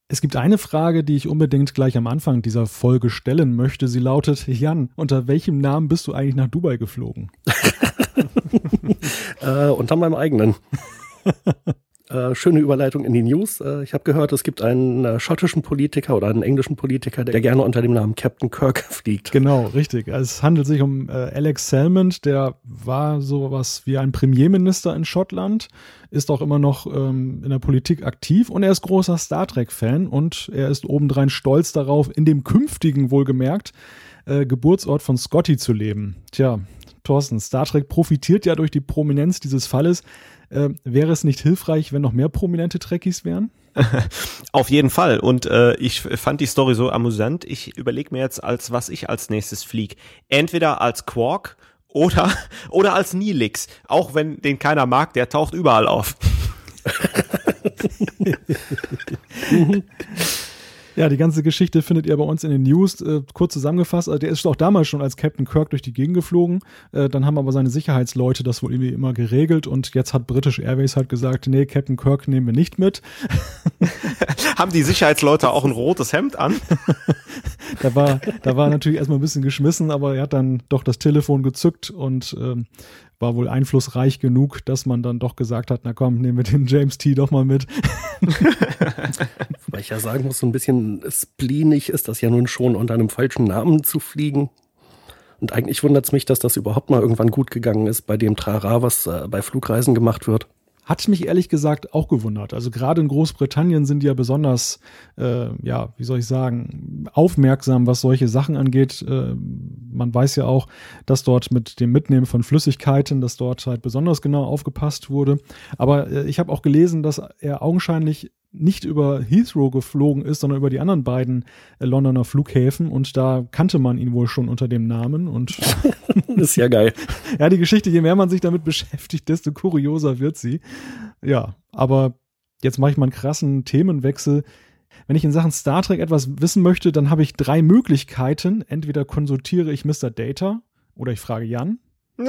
Es gibt eine Frage, die ich unbedingt gleich am Anfang dieser Folge stellen möchte. Sie lautet: Jan, unter welchem Namen bist du eigentlich nach Dubai geflogen? Unter meinem eigenen. Schöne Überleitung in die News. Ich habe gehört, es gibt einen schottischen Politiker oder einen englischen Politiker, der gerne unter dem Namen Captain Kirk fliegt. Genau, richtig. Es handelt sich um Alex Salmond, der war sowas wie ein Premierminister in Schottland, ist auch immer noch in der Politik aktiv und er ist großer Star Trek-Fan und er ist obendrein stolz darauf, in dem künftigen, wohlgemerkt, Geburtsort von Scotty zu leben. Tja, Thorsten, Star Trek profitiert ja durch die Prominenz dieses Falles. Wäre es nicht hilfreich, wenn noch mehr prominente Trekkies wären? Auf jeden Fall. Und ich fand die Story so amüsant. Ich überlege mir jetzt, was ich als nächstes fliege. Entweder als Quark oder als Neelix. Auch wenn den keiner mag, der taucht überall auf. Ja, die ganze Geschichte findet ihr bei uns in den News. Kurz zusammengefasst, also der ist auch damals schon als Captain Kirk durch die Gegend geflogen. Dann haben aber seine Sicherheitsleute das wohl irgendwie immer geregelt und jetzt hat British Airways halt gesagt, nee, Captain Kirk nehmen wir nicht mit. Haben die Sicherheitsleute auch ein rotes Hemd an? Da war natürlich erstmal ein bisschen geschmissen, aber er hat dann doch das Telefon gezückt und war wohl einflussreich genug, dass man dann doch gesagt hat, na komm, nehmen wir den James T. doch mal mit. Wobei ich ja sagen muss, so ein bisschen spleenig ist das ja nun schon, unter einem falschen Namen zu fliegen. Und eigentlich wundert es mich, dass das überhaupt mal irgendwann gut gegangen ist bei dem Trara, was bei Flugreisen gemacht wird. Hat mich ehrlich gesagt auch gewundert. Also gerade in Großbritannien sind die ja besonders, wie soll ich sagen, aufmerksam, was solche Sachen angeht. Man weiß ja auch, dass dort mit dem Mitnehmen von Flüssigkeiten, dass dort halt besonders genau aufgepasst wurde. Aber ich habe auch gelesen, dass er augenscheinlich nicht über Heathrow geflogen ist, sondern über die anderen beiden Londoner Flughäfen und da kannte man ihn wohl schon unter dem Namen und das ist ja geil. Ja, die Geschichte, je mehr man sich damit beschäftigt, desto kurioser wird sie. Ja, aber jetzt mache ich mal einen krassen Themenwechsel. Wenn ich in Sachen Star Trek etwas wissen möchte, dann habe ich 3 Möglichkeiten. Entweder konsultiere ich Mr. Data oder ich frage Jan.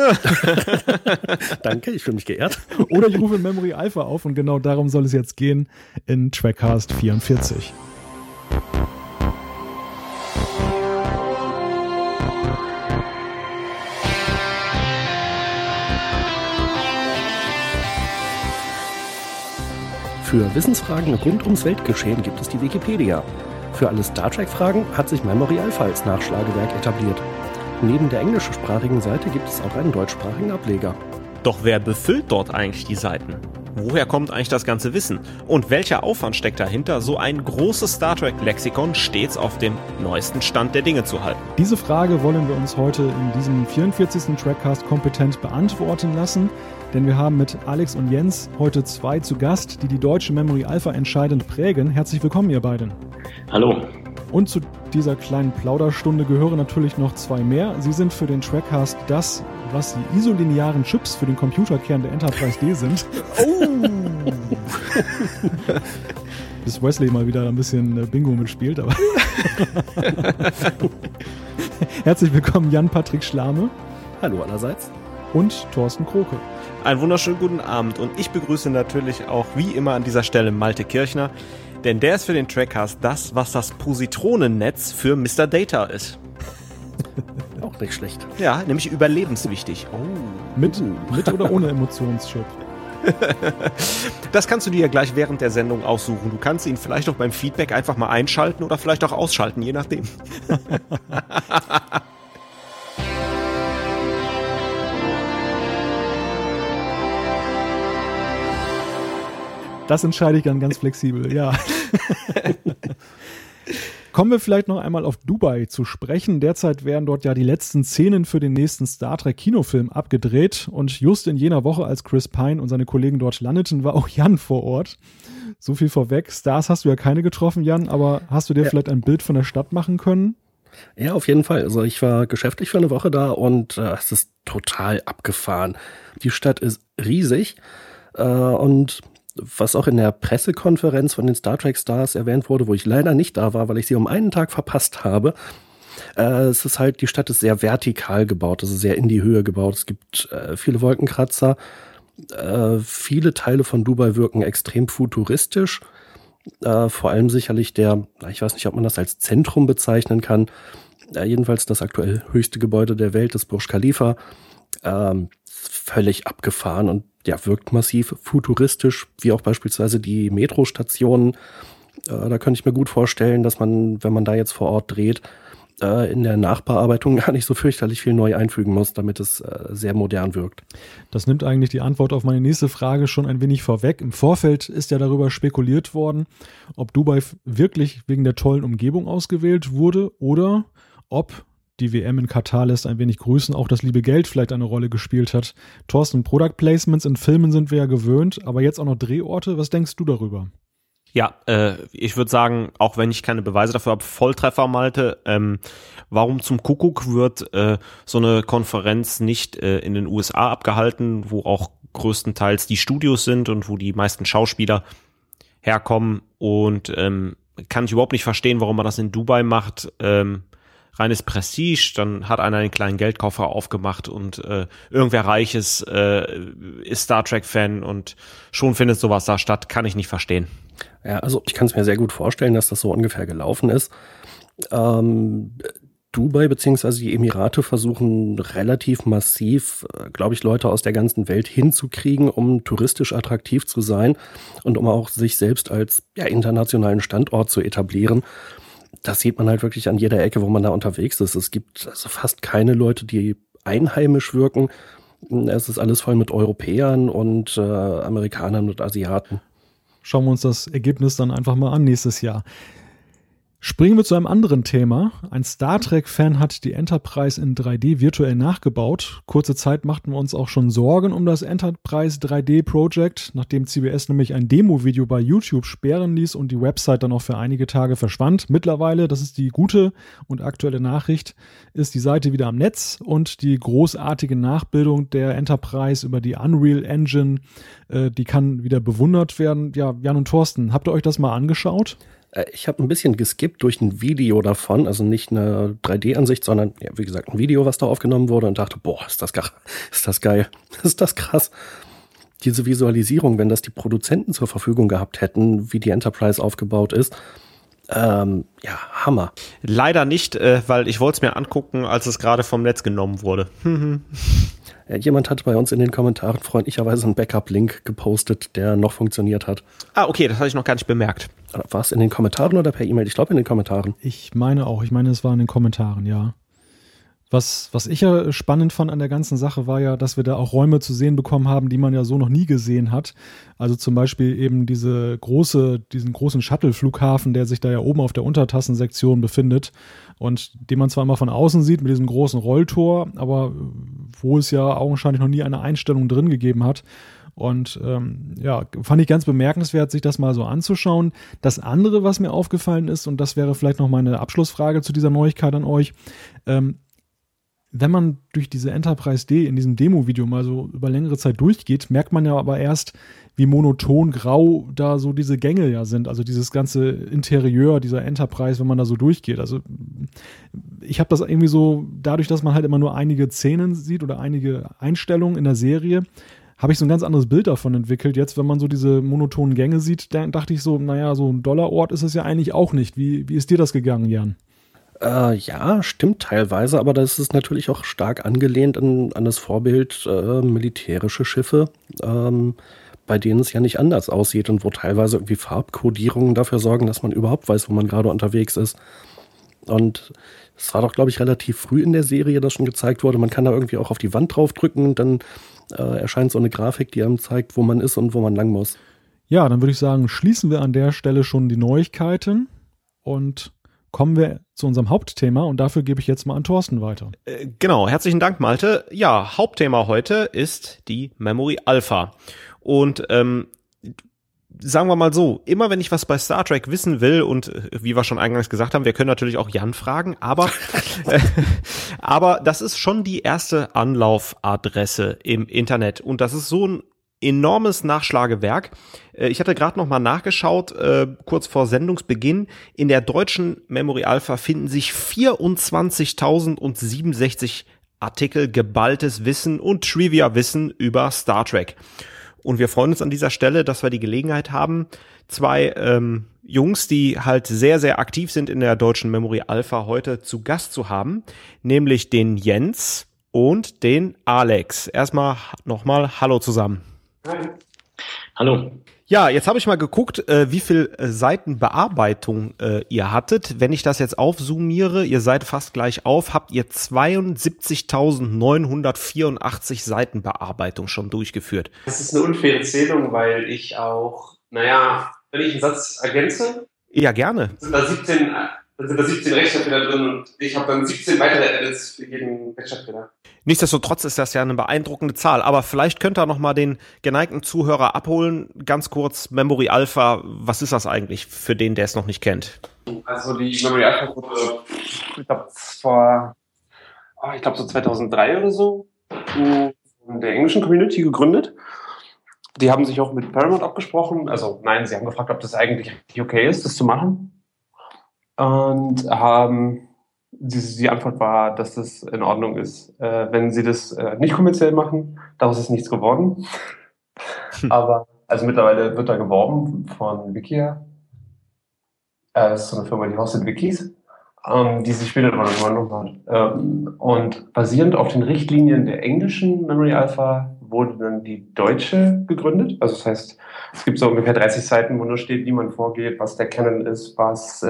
Danke, ich fühle mich geehrt. Oder ich rufe Memory Alpha auf und genau darum soll es jetzt gehen in Trackcast 44. Für Wissensfragen rund ums Weltgeschehen gibt es die Wikipedia. Für alle Star Trek-Fragen hat sich Memory Alpha als Nachschlagewerk etabliert. Neben der englischsprachigen Seite gibt es auch einen deutschsprachigen Ableger. Doch wer befüllt dort eigentlich die Seiten? Woher kommt eigentlich das ganze Wissen? Und welcher Aufwand steckt dahinter, so ein großes Star Trek-Lexikon stets auf dem neuesten Stand der Dinge zu halten? Diese Frage wollen wir uns heute in diesem 44. Trackcast kompetent beantworten lassen, denn wir haben mit Alex und Jens heute 2 zu Gast, die die deutsche Memory Alpha entscheidend prägen. Herzlich willkommen, ihr beiden. Hallo. Und zu dieser kleinen Plauderstunde gehören natürlich noch 2 mehr. Sie sind für den Trackcast das, was die isolinearen Chips für den Computerkern der Enterprise D sind. Oh! Bis Wesley mal wieder ein bisschen Bingo mitspielt. Aber Herzlich willkommen Jan-Patrick Schlame. Hallo allerseits. Und Thorsten Kroke. Einen wunderschönen guten Abend und ich begrüße natürlich auch wie immer an dieser Stelle Malte Kirchner, denn der ist für den Trackcast das, was das Positronennetz für Mr. Data ist. Auch nicht schlecht. Ja, nämlich überlebenswichtig. Oh. Mit oder ohne Emotionschip? Das kannst du dir ja gleich während der Sendung aussuchen. Du kannst ihn vielleicht auch beim Feedback einfach mal einschalten oder vielleicht auch ausschalten, je nachdem. Das entscheide ich dann ganz flexibel, ja. Kommen wir vielleicht noch einmal auf Dubai zu sprechen. Derzeit werden dort ja die letzten Szenen für den nächsten Star Trek Kinofilm abgedreht und just in jener Woche, als Chris Pine und seine Kollegen dort landeten, war auch Jan vor Ort. So viel vorweg. Stars hast du ja keine getroffen, Jan, aber hast du dir vielleicht ein Bild von der Stadt machen können? Ja, auf jeden Fall. Also ich war geschäftlich für eine Woche da und es ist total abgefahren. Die Stadt ist riesig und was auch in der Pressekonferenz von den Star Trek Stars erwähnt wurde, wo ich leider nicht da war, weil ich sie um einen Tag verpasst habe. Es ist halt, die Stadt ist sehr vertikal gebaut, also sehr in die Höhe gebaut. Es gibt viele Wolkenkratzer. Viele Teile von Dubai wirken extrem futuristisch. Vor allem sicherlich ich weiß nicht, ob man das als Zentrum bezeichnen kann, jedenfalls das aktuell höchste Gebäude der Welt, das Burj Khalifa, völlig abgefahren und ja, wirkt massiv futuristisch, wie auch beispielsweise die Metrostationen. Da könnte ich mir gut vorstellen, dass man, wenn man da jetzt vor Ort dreht, in der Nachbearbeitung gar nicht so fürchterlich viel neu einfügen muss, damit es sehr modern wirkt. Das nimmt eigentlich die Antwort auf meine nächste Frage schon ein wenig vorweg. Im Vorfeld ist ja darüber spekuliert worden, ob Dubai wirklich wegen der tollen Umgebung ausgewählt wurde oder ob die WM in Katar lässt ein wenig grüßen, auch das liebe Geld vielleicht eine Rolle gespielt hat. Thorsten, Product Placements in Filmen sind wir ja gewöhnt, aber jetzt auch noch Drehorte. Was denkst du darüber? Ja, ich würde sagen, auch wenn ich keine Beweise dafür habe, Volltreffer, Malte. Warum zum Kuckuck wird so eine Konferenz nicht in den USA abgehalten, wo auch größtenteils die Studios sind und wo die meisten Schauspieler herkommen? Und kann ich überhaupt nicht verstehen, warum man das in Dubai macht. Reines Prestige, dann hat einer einen kleinen Geldkoffer aufgemacht und irgendwer Reiches ist Star Trek-Fan und schon findet sowas da statt, kann ich nicht verstehen. Ja, also ich kann es mir sehr gut vorstellen, dass das so ungefähr gelaufen ist. Dubai bzw. die Emirate versuchen relativ massiv, glaube ich, Leute aus der ganzen Welt hinzukriegen, um touristisch attraktiv zu sein und um auch sich selbst als internationalen Standort zu etablieren. Das sieht man halt wirklich an jeder Ecke, wo man da unterwegs ist. Es gibt also fast keine Leute, die einheimisch wirken. Es ist alles voll mit Europäern und Amerikanern und Asiaten. Schauen wir uns das Ergebnis dann einfach mal an nächstes Jahr. Springen wir zu einem anderen Thema. Ein Star Trek-Fan hat die Enterprise in 3D virtuell nachgebaut. Kurze Zeit machten wir uns auch schon Sorgen um das Enterprise 3D-Projekt, nachdem CBS nämlich ein Demo-Video bei YouTube sperren ließ und die Website dann auch für einige Tage verschwand. Mittlerweile, das ist die gute und aktuelle Nachricht, ist die Seite wieder am Netz und die großartige Nachbildung der Enterprise über die Unreal Engine, die kann wieder bewundert werden. Ja, Jan und Thorsten, habt ihr euch das mal angeschaut? Ich habe ein bisschen geskippt durch ein Video davon, also nicht eine 3D-Ansicht, sondern, ja, wie gesagt, ein Video, was da aufgenommen wurde und dachte, boah, ist das geil, ist das krass. Diese Visualisierung, wenn das die Produzenten zur Verfügung gehabt hätten, wie die Enterprise aufgebaut ist, Hammer. Leider nicht, weil ich wollte es mir angucken, als es gerade vom Netz genommen wurde. Jemand hat bei uns in den Kommentaren freundlicherweise einen Backup-Link gepostet, der noch funktioniert hat. Ah, okay, das hatte ich noch gar nicht bemerkt. War es in den Kommentaren oder per E-Mail? Ich glaube in den Kommentaren. Ich meine auch. Ich meine, es war in den Kommentaren, ja. Was ich ja spannend fand an der ganzen Sache war ja, dass wir da auch Räume zu sehen bekommen haben, die man ja so noch nie gesehen hat. Also zum Beispiel eben diesen großen Shuttle-Flughafen, der sich da ja oben auf der Untertassensektion befindet und den man zwar immer von außen sieht mit diesem großen Rolltor, aber wo es ja augenscheinlich noch nie eine Einstellung drin gegeben hat. Und fand ich ganz bemerkenswert, sich das mal so anzuschauen. Das andere, was mir aufgefallen ist, und das wäre vielleicht noch meine Abschlussfrage zu dieser Neuigkeit an euch, wenn man durch diese Enterprise D in diesem Demo-Video mal so über längere Zeit durchgeht, merkt man ja aber erst, wie monoton grau da so diese Gänge ja sind. Also dieses ganze Interieur dieser Enterprise, wenn man da so durchgeht. Also ich habe das irgendwie so, dadurch, dass man halt immer nur einige Szenen sieht oder einige Einstellungen in der Serie, habe ich so ein ganz anderes Bild davon entwickelt. Jetzt, wenn man so diese monotonen Gänge sieht, dann dachte ich so, naja, so ein Dollarort ist es ja eigentlich auch nicht. Wie ist dir das gegangen, Jan? Ja, stimmt teilweise, aber das ist natürlich auch stark angelehnt an das Vorbild militärische Schiffe, bei denen es ja nicht anders aussieht und wo teilweise irgendwie Farbkodierungen dafür sorgen, dass man überhaupt weiß, wo man gerade unterwegs ist. Und es war doch, glaube ich, relativ früh in der Serie, dass schon gezeigt wurde, man kann da irgendwie auch auf die Wand draufdrücken und dann erscheint so eine Grafik, die einem zeigt, wo man ist und wo man lang muss. Ja, dann würde ich sagen, schließen wir an der Stelle schon die Neuigkeiten und kommen wir zu unserem Hauptthema und dafür gebe ich jetzt mal an Thorsten weiter. Genau, herzlichen Dank, Malte. Ja, Hauptthema heute ist die Memory Alpha. Und sagen wir mal so, immer wenn ich was bei Star Trek wissen will und wie wir schon eingangs gesagt haben, wir können natürlich auch Jan fragen, aber das ist schon die erste Anlaufadresse im Internet und das ist so ein enormes Nachschlagewerk. Ich hatte gerade noch mal nachgeschaut, kurz vor Sendungsbeginn. In der deutschen Memory Alpha finden sich 24.067 Artikel geballtes Wissen und Trivia-Wissen über Star Trek. Und wir freuen uns an dieser Stelle, dass wir die Gelegenheit haben, zwei Jungs, die halt sehr, sehr aktiv sind in der deutschen Memory Alpha, heute zu Gast zu haben, nämlich den Jens und den Alex. Erstmal nochmal Hallo zusammen. Hi. Hallo. Ja, jetzt habe ich mal geguckt, wie viel Seiten Bearbeitung ihr hattet. Wenn ich das jetzt aufsummiere, ihr seid fast gleich auf, habt ihr 72.984 Seiten Bearbeitung schon durchgeführt. Das ist eine unfaire Zählung, weil ich auch, wenn ich einen Satz ergänze, ja, gerne. Sind da 17 Rechtschreibfehler drin und ich habe dann 17 weitere Edits für jeden Rechtschreibfehler. Nichtsdestotrotz ist das ja eine beeindruckende Zahl, aber vielleicht könnt ihr noch mal den geneigten Zuhörer abholen. Ganz kurz, Memory Alpha, was ist das eigentlich für den, der es noch nicht kennt? Also die Memory Alpha wurde, ich glaube so 2003 oder so, in der englischen Community gegründet. Die haben sich auch mit Paramount abgesprochen. Also nein, sie haben gefragt, ob das eigentlich okay ist, das zu machen. Und die Antwort war, dass das in Ordnung ist, wenn sie das nicht kommerziell machen. Daraus ist nichts geworden. Aber also mittlerweile wird da geworben von Wikia. Das ist so eine Firma, die hostet Wikis, die sich später übernommen hat. Und basierend auf den Richtlinien der englischen Memory Alpha wurde dann die deutsche gegründet. Also das heißt, es gibt so ungefähr 30 Seiten, wo nur steht, wie man vorgeht, was der Canon ist, was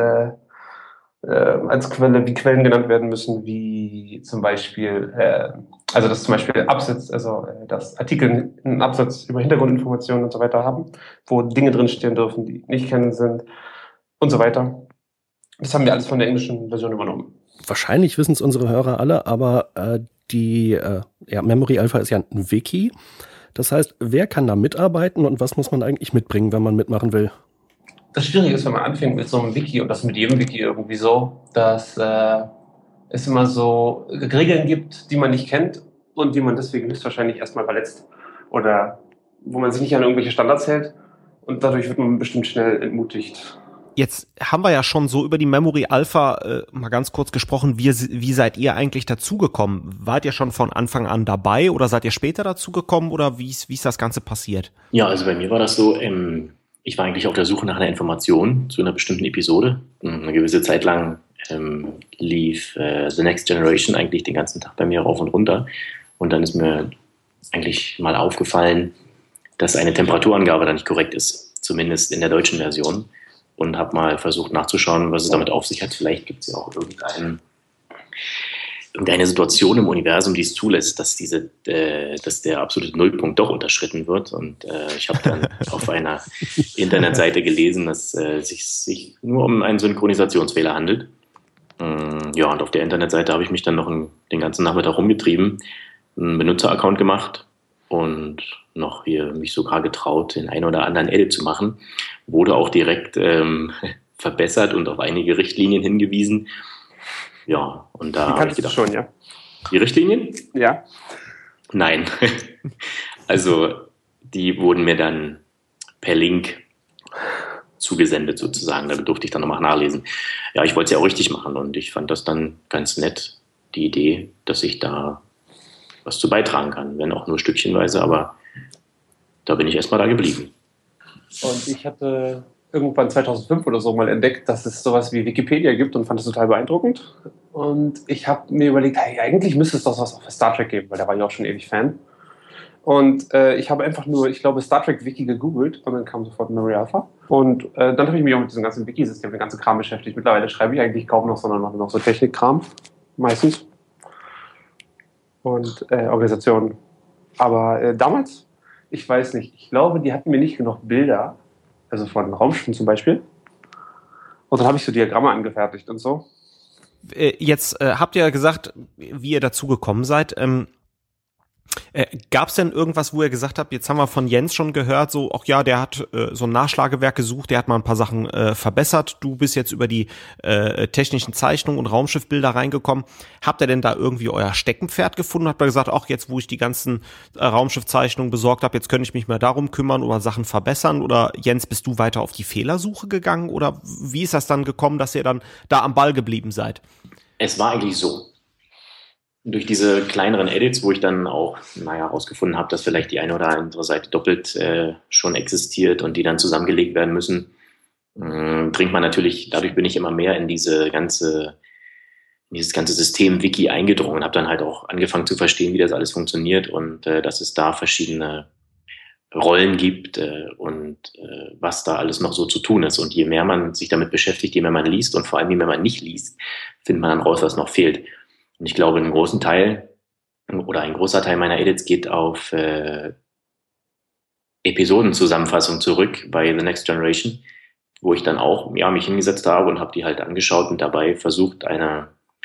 als Quelle, wie Quellen genannt werden müssen, wie zum Beispiel, dass zum Beispiel Absatz, dass Artikel einen Absatz über Hintergrundinformationen und so weiter haben, wo Dinge drinstehen dürfen, die nicht kennen sind und so weiter. Das haben wir alles von der englischen Version übernommen. Wahrscheinlich wissen es unsere Hörer alle, aber Memory Alpha ist ja ein Wiki. Das heißt, wer kann da mitarbeiten und was muss man eigentlich mitbringen, wenn man mitmachen will? Das Schwierige ist, wenn man anfängt mit so einem Wiki, und das mit jedem Wiki irgendwie so, dass es immer so Regeln gibt, die man nicht kennt und die man deswegen höchstwahrscheinlich erstmal verletzt oder wo man sich nicht an irgendwelche Standards hält und dadurch wird man bestimmt schnell entmutigt. Jetzt haben wir ja schon so über die Memory Alpha mal ganz kurz gesprochen. Wie seid ihr eigentlich dazugekommen? Wart ihr schon von Anfang an dabei oder seid ihr später dazugekommen oder wie ist das Ganze passiert? Ja, also bei mir war das so, ich war eigentlich auf der Suche nach einer Information zu einer bestimmten Episode. Eine gewisse Zeit lang lief The Next Generation eigentlich den ganzen Tag bei mir rauf und runter. Und dann ist mir eigentlich mal aufgefallen, dass eine Temperaturangabe da nicht korrekt ist, zumindest in der deutschen Version. Und habe mal versucht nachzuschauen, was es damit auf sich hat. Vielleicht gibt es ja auch irgendeine Situation im Universum, die es zulässt, dass der absolute Nullpunkt doch unterschritten wird. Und ich habe dann auf einer Internetseite gelesen, dass es sich nur um einen Synchronisationsfehler handelt. Und auf der Internetseite habe ich mich dann noch den ganzen Nachmittag rumgetrieben, einen Benutzeraccount gemacht und noch hier mich sogar getraut, den einen oder anderen Edit zu machen. Wurde auch direkt verbessert und auf einige Richtlinien hingewiesen. Ja, und da habe ich gedacht, schon, ja. Die Richtlinien? Ja. Nein. Also, die wurden mir dann per Link zugesendet sozusagen. Da durfte ich dann nochmal nachlesen. Ja, ich wollte es ja auch richtig machen und ich fand das dann ganz nett, die Idee, dass ich da was zu beitragen kann. Wenn auch nur stückchenweise, aber da bin ich erstmal da geblieben. Und ich hatte irgendwann 2005 oder so mal entdeckt, dass es sowas wie Wikipedia gibt und fand es total beeindruckend. Und ich habe mir überlegt, hey, eigentlich müsste es doch was auf Star Trek geben, weil da war ich auch schon ewig Fan. Und ich habe einfach nur, ich glaube, Star Trek Wiki gegoogelt und dann kam sofort Memory Alpha. Und dann habe ich mich auch mit diesem ganzen Wiki-System, dem ganzen Kram beschäftigt. Mittlerweile schreibe ich eigentlich kaum noch, sondern mache noch so Technikkram, meistens. Und Organisationen. Aber damals, ich weiß nicht, ich glaube, die hatten mir nicht genug Bilder, also von Raumschiffen zum Beispiel. Und dann habe ich so Diagramme angefertigt und so. Jetzt habt ihr gesagt, wie ihr dazu gekommen seid. Gab es denn irgendwas, wo ihr gesagt habt, jetzt haben wir von Jens schon gehört, so, ach ja, der hat so ein Nachschlagewerk gesucht, der hat mal ein paar Sachen verbessert, du bist jetzt über die technischen Zeichnungen und Raumschiffbilder reingekommen. Habt ihr denn da irgendwie euer Steckenpferd gefunden? Habt ihr gesagt, ach, jetzt, wo ich die ganzen Raumschiffzeichnungen besorgt habe, jetzt könnte ich mich mehr darum kümmern oder Sachen verbessern? Oder Jens, bist du weiter auf die Fehlersuche gegangen? Oder wie ist das dann gekommen, dass ihr dann da am Ball geblieben seid? Es war eigentlich so. durch diese kleineren Edits, wo ich dann auch, herausgefunden habe, dass vielleicht die eine oder andere Seite doppelt schon existiert und die dann zusammengelegt werden müssen, dringt man natürlich, dadurch bin ich immer mehr in dieses ganze System Wiki eingedrungen und habe dann halt auch angefangen zu verstehen, wie das alles funktioniert und dass es da verschiedene Rollen gibt was da alles noch so zu tun ist. Und je mehr man sich damit beschäftigt, je mehr man liest und vor allem je mehr man nicht liest, findet man dann raus, was noch fehlt. Und ich glaube, ein großer Teil meiner Edits geht auf Episodenzusammenfassung zurück bei The Next Generation, wo ich dann auch mich hingesetzt habe und habe die halt angeschaut und dabei versucht, eine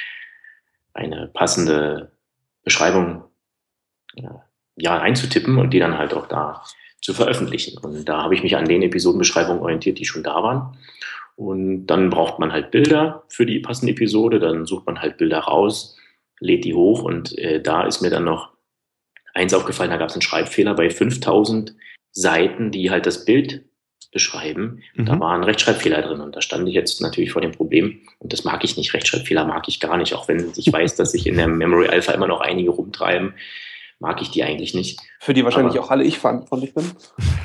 passende Beschreibung einzutippen und die dann halt auch da zu veröffentlichen. Und da habe ich mich an den Episodenbeschreibungen orientiert, die schon da waren. Und dann braucht man halt Bilder für die passende Episode, dann sucht man halt Bilder raus, lädt die hoch und da ist mir dann noch eins aufgefallen, da gab es einen Schreibfehler bei 5000 Seiten, die halt das Bild beschreiben. Da war ein Rechtschreibfehler drin und da stand ich jetzt natürlich vor dem Problem und das mag ich nicht, Rechtschreibfehler mag ich gar nicht, auch wenn ich weiß, dass sich in der Memory Alpha immer noch einige rumtreiben, mag ich die eigentlich nicht. Für die wahrscheinlich auch alle ich verantwortlich bin.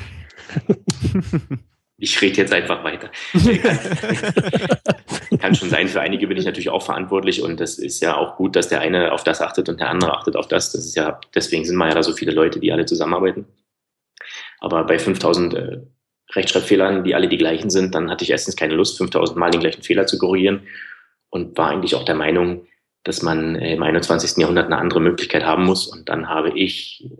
Ich rede jetzt einfach weiter. Kann schon sein, für einige bin ich natürlich auch verantwortlich und das ist ja auch gut, dass der eine auf das achtet und der andere achtet auf das. Das ist ja, deswegen sind wir ja da so viele Leute, die alle zusammenarbeiten. Aber bei 5000 Rechtschreibfehlern, die alle die gleichen sind, dann hatte ich erstens keine Lust, 5000 Mal den gleichen Fehler zu korrigieren und war eigentlich auch der Meinung, dass man im 21. Jahrhundert eine andere Möglichkeit haben muss. Und dann habe ich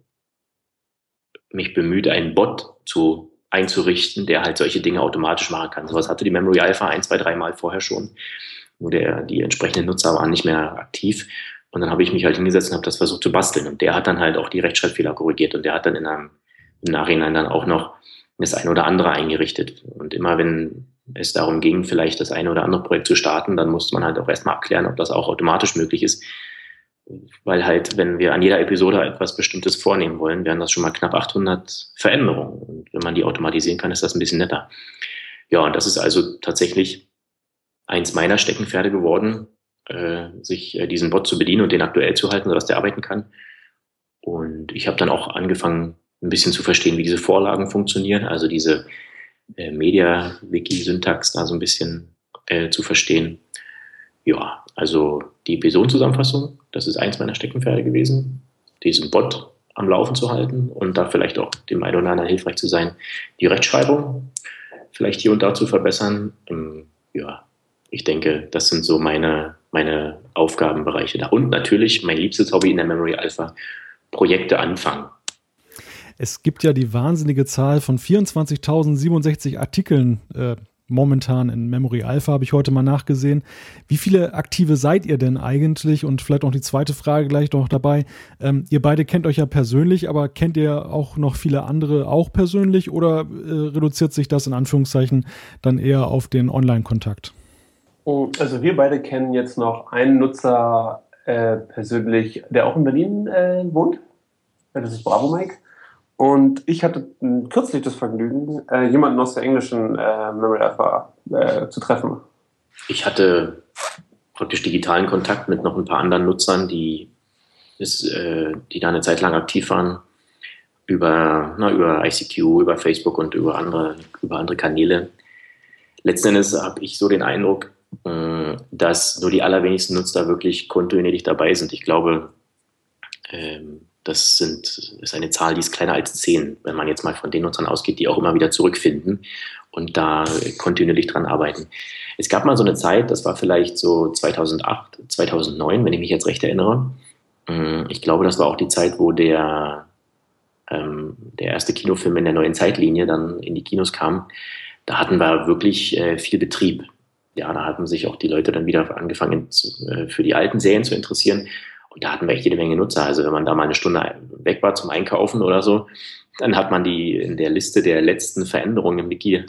mich bemüht, einen Bot einzurichten, der halt solche Dinge automatisch machen kann. Sowas hatte die Memory Alpha 1, 2, 3 Mal vorher schon. Nur die entsprechenden Nutzer waren nicht mehr aktiv. Und dann habe ich mich halt hingesetzt und habe das versucht zu basteln. Und der hat dann halt auch die Rechtschreibfehler korrigiert. Und der hat dann im Nachhinein dann auch noch das eine oder andere eingerichtet. Und immer wenn es darum ging, vielleicht das eine oder andere Projekt zu starten, dann musste man halt auch erstmal abklären, ob das auch automatisch möglich ist. Weil halt, wenn wir an jeder Episode etwas Bestimmtes vornehmen wollen, wären das schon mal knapp 800 Veränderungen. Und wenn man die automatisieren kann, ist das ein bisschen netter. Ja, und das ist also tatsächlich eins meiner Steckenpferde geworden, sich diesen Bot zu bedienen und den aktuell zu halten, sodass der arbeiten kann. Und ich habe dann auch angefangen, ein bisschen zu verstehen, wie diese Vorlagen funktionieren, also diese Media-Wiki-Syntax da so ein bisschen zu verstehen. Ja, also die Episodenzusammenfassung, das ist eins meiner Steckenpferde gewesen, diesen Bot am Laufen zu halten und da vielleicht auch dem einen oder anderen hilfreich zu sein, die Rechtschreibung vielleicht hier und da zu verbessern. Ich denke, das sind so meine Aufgabenbereiche da. Und natürlich mein liebstes Hobby in der Memory Alpha, Projekte anfangen. Es gibt ja die wahnsinnige Zahl von 24.067 Artikeln momentan in Memory Alpha, habe ich heute mal nachgesehen. Wie viele Aktive seid ihr denn eigentlich? Und vielleicht noch die zweite Frage gleich noch dabei. Ihr beide kennt euch ja persönlich, aber kennt ihr auch noch viele andere auch persönlich oder reduziert sich das in Anführungszeichen dann eher auf den Online-Kontakt? Also wir beide kennen jetzt noch einen Nutzer persönlich, der auch in Berlin wohnt. Das ist Bravo Mike. Und ich hatte kürzlich das Vergnügen, jemanden aus der englischen Memory Alpha zu treffen. Ich hatte praktisch digitalen Kontakt mit noch ein paar anderen Nutzern, die da eine Zeit lang aktiv waren, über ICQ, über Facebook und über andere Kanäle. Letzten Endes habe ich so den Eindruck, dass nur die allerwenigsten Nutzer wirklich kontinuierlich dabei sind. Ich glaube, das ist eine Zahl, die ist kleiner als 10, wenn man jetzt mal von den Nutzern ausgeht, die auch immer wieder zurückfinden und da kontinuierlich dran arbeiten. Es gab mal so eine Zeit, das war vielleicht so 2008, 2009, wenn ich mich jetzt recht erinnere. Ich glaube, das war auch die Zeit, wo der erste Kinofilm in der neuen Zeitlinie dann in die Kinos kam. Da hatten wir wirklich viel Betrieb. Ja, da hatten sich auch die Leute dann wieder angefangen, für die alten Serien zu interessieren. Und da hatten wir echt jede Menge Nutzer. Also wenn man da mal eine Stunde weg war zum Einkaufen oder so, dann hat man die in der Liste der letzten Veränderungen im Wiki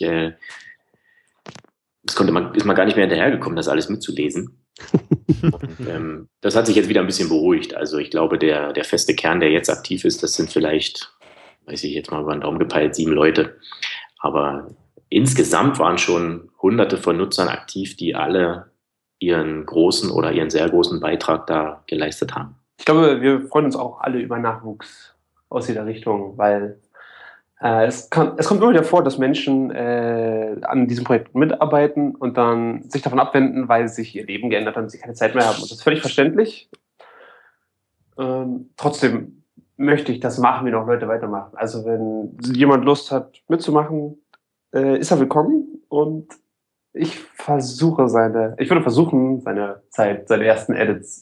ist man gar nicht mehr hinterhergekommen, das alles mitzulesen. Und, das hat sich jetzt wieder ein bisschen beruhigt. Also ich glaube, der feste Kern, der jetzt aktiv ist, das sind vielleicht, weiß ich jetzt mal über den Daumen gepeilt, 7 Leute. Aber insgesamt waren schon Hunderte von Nutzern aktiv, die alle ihren großen oder ihren sehr großen Beitrag da geleistet haben. Ich glaube, wir freuen uns auch alle über Nachwuchs aus jeder Richtung, weil es kommt immer wieder vor, dass Menschen an diesem Projekt mitarbeiten und dann sich davon abwenden, weil sich ihr Leben geändert hat und sie keine Zeit mehr haben. Und das ist völlig verständlich. Trotzdem möchte ich, dass machen wir noch Leute weitermachen. Also wenn jemand Lust hat mitzumachen, ist er willkommen und ich würde versuchen, seine ersten Edits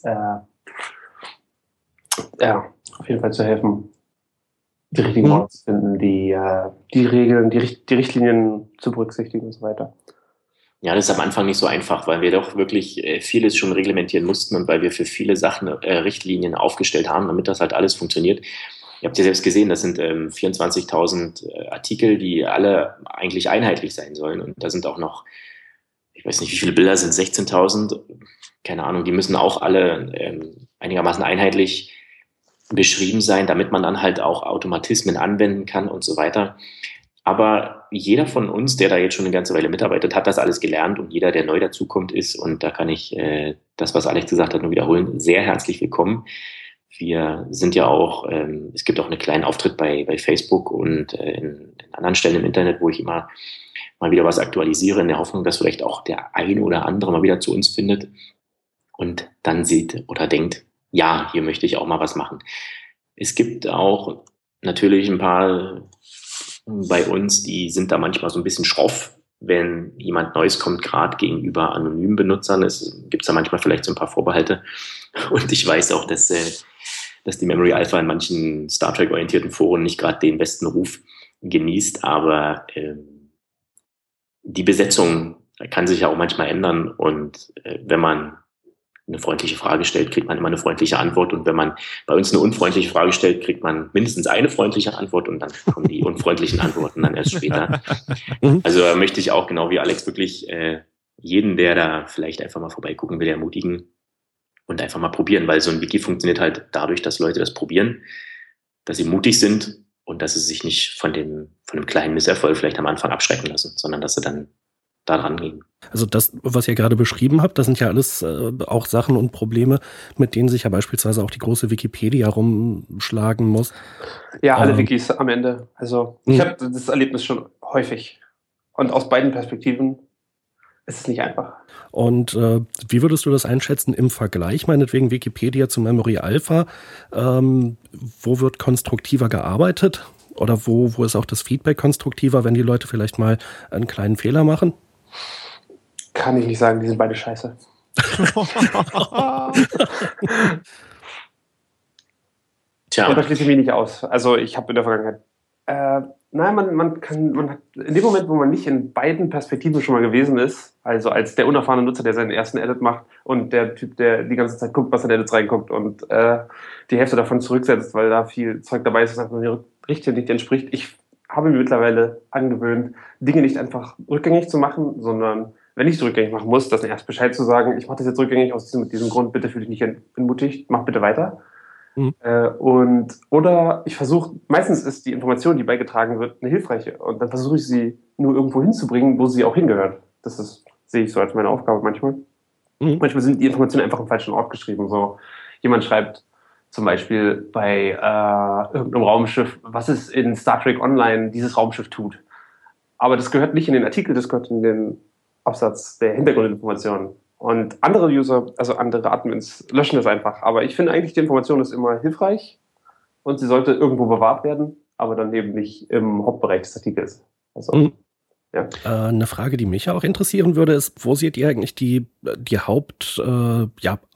auf jeden Fall zu helfen, die richtigen Worte zu finden, die Regeln, die Richtlinien zu berücksichtigen und so weiter. Ja, das ist am Anfang nicht so einfach, weil wir doch wirklich vieles schon reglementieren mussten und weil wir für viele Sachen Richtlinien aufgestellt haben, damit das halt alles funktioniert. Ihr habt ja selbst gesehen, das sind 24.000 Artikel, die alle eigentlich einheitlich sein sollen. Und da sind auch noch, ich weiß nicht, wie viele Bilder sind, 16.000, keine Ahnung, die müssen auch alle einigermaßen einheitlich beschrieben sein, damit man dann halt auch Automatismen anwenden kann und so weiter. Aber jeder von uns, der da jetzt schon eine ganze Weile mitarbeitet, hat das alles gelernt und jeder, der neu dazukommt, ist, und da kann ich das, was Alex gesagt hat, nur wiederholen, sehr herzlich willkommen. Wir sind ja auch, es gibt auch einen kleinen Auftritt bei Facebook und in anderen Stellen im Internet, wo ich immer mal wieder was aktualisiere, in der Hoffnung, dass vielleicht auch der ein oder andere mal wieder zu uns findet und dann sieht oder denkt, ja, hier möchte ich auch mal was machen. Es gibt auch natürlich ein paar bei uns, die sind da manchmal so ein bisschen schroff, wenn jemand Neues kommt, gerade gegenüber anonymen Benutzern. Es gibt da manchmal vielleicht so ein paar Vorbehalte. Und ich weiß auch, dass die Memory Alpha in manchen Star Trek-orientierten Foren nicht gerade den besten Ruf genießt, aber die Besetzung kann sich ja auch manchmal ändern und wenn man eine freundliche Frage stellt, kriegt man immer eine freundliche Antwort. Und wenn man bei uns eine unfreundliche Frage stellt, kriegt man mindestens eine freundliche Antwort und dann kommen die unfreundlichen Antworten dann erst später. Also da möchte ich auch, genau wie Alex, wirklich jeden, der da vielleicht einfach mal vorbeigucken will, ermutigen und einfach mal probieren, weil so ein Wiki funktioniert halt dadurch, dass Leute das probieren, dass sie mutig sind und dass sie sich nicht von einem kleinen Misserfolg vielleicht am Anfang abschrecken lassen, sondern dass sie dann da rangehen. Also das, was ihr gerade beschrieben habt, das sind ja alles auch Sachen und Probleme, mit denen sich ja beispielsweise auch die große Wikipedia rumschlagen muss. Ja, alle Wikis am Ende. Also ich habe das Erlebnis schon häufig. Und aus beiden Perspektiven ist es nicht einfach. Und wie würdest du das einschätzen im Vergleich, meinetwegen Wikipedia zu Memory Alpha? Wo wird konstruktiver gearbeitet? Oder wo ist auch das Feedback konstruktiver, wenn die Leute vielleicht mal einen kleinen Fehler machen? Kann ich nicht sagen, die sind beide scheiße. Tja. Und da schließe ich mich nicht aus. Also ich habe in der Vergangenheit man hat in dem Moment, wo man nicht in beiden Perspektiven schon mal gewesen ist, also als der unerfahrene Nutzer, der seinen ersten Edit macht und der Typ, der die ganze Zeit guckt, was in Edits reinguckt und die Hälfte davon zurücksetzt, weil da viel Zeug dabei ist, das einfach mir richtig nicht entspricht. Ich habe mir mittlerweile angewöhnt, Dinge nicht einfach rückgängig zu machen, sondern wenn ich es rückgängig machen muss, das erst Bescheid zu sagen, ich mache das jetzt rückgängig aus diesem Grund, bitte fühle dich nicht entmutigt, mach bitte weiter. Oder ich versuche, meistens ist die Information, die beigetragen wird, eine hilfreiche. Und dann versuche ich sie nur irgendwo hinzubringen, wo sie auch hingehört. Sehe ich so als meine Aufgabe manchmal. Manchmal sind die Informationen einfach am falschen Ort geschrieben. So, jemand schreibt zum Beispiel bei irgendeinem Raumschiff, was es in Star Trek Online dieses Raumschiff tut. Aber das gehört nicht in den Artikel, das gehört in den Absatz der Hintergrundinformationen. Und andere User, also andere Admins, löschen das einfach. Aber ich finde eigentlich, die Information ist immer hilfreich und sie sollte irgendwo bewahrt werden, aber dann eben nicht im Hauptbereich des Artikels. Also, ja. Eine Frage, die mich ja auch interessieren würde, ist, wo seht ihr eigentlich die Hauptaufgabe?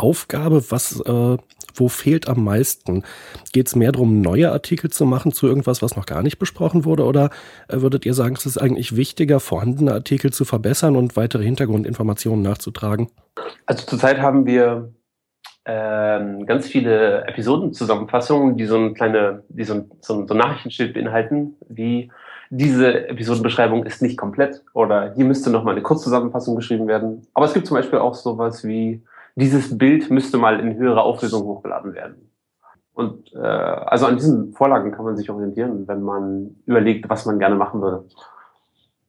Wo fehlt am meisten? Geht es mehr darum, neue Artikel zu machen zu irgendwas, was noch gar nicht besprochen wurde? Oder würdet ihr sagen, es ist eigentlich wichtiger, vorhandene Artikel zu verbessern und weitere Hintergrundinformationen nachzutragen? Also zurzeit haben wir ganz viele Episodenzusammenfassungen, die so ein Nachrichtenschild beinhalten, wie diese Episodenbeschreibung ist nicht komplett oder hier müsste noch mal eine Kurzzusammenfassung geschrieben werden. Aber es gibt zum Beispiel auch sowas wie dieses Bild müsste mal in höherer Auflösung hochgeladen werden. Und also an diesen Vorlagen kann man sich orientieren, wenn man überlegt, was man gerne machen würde.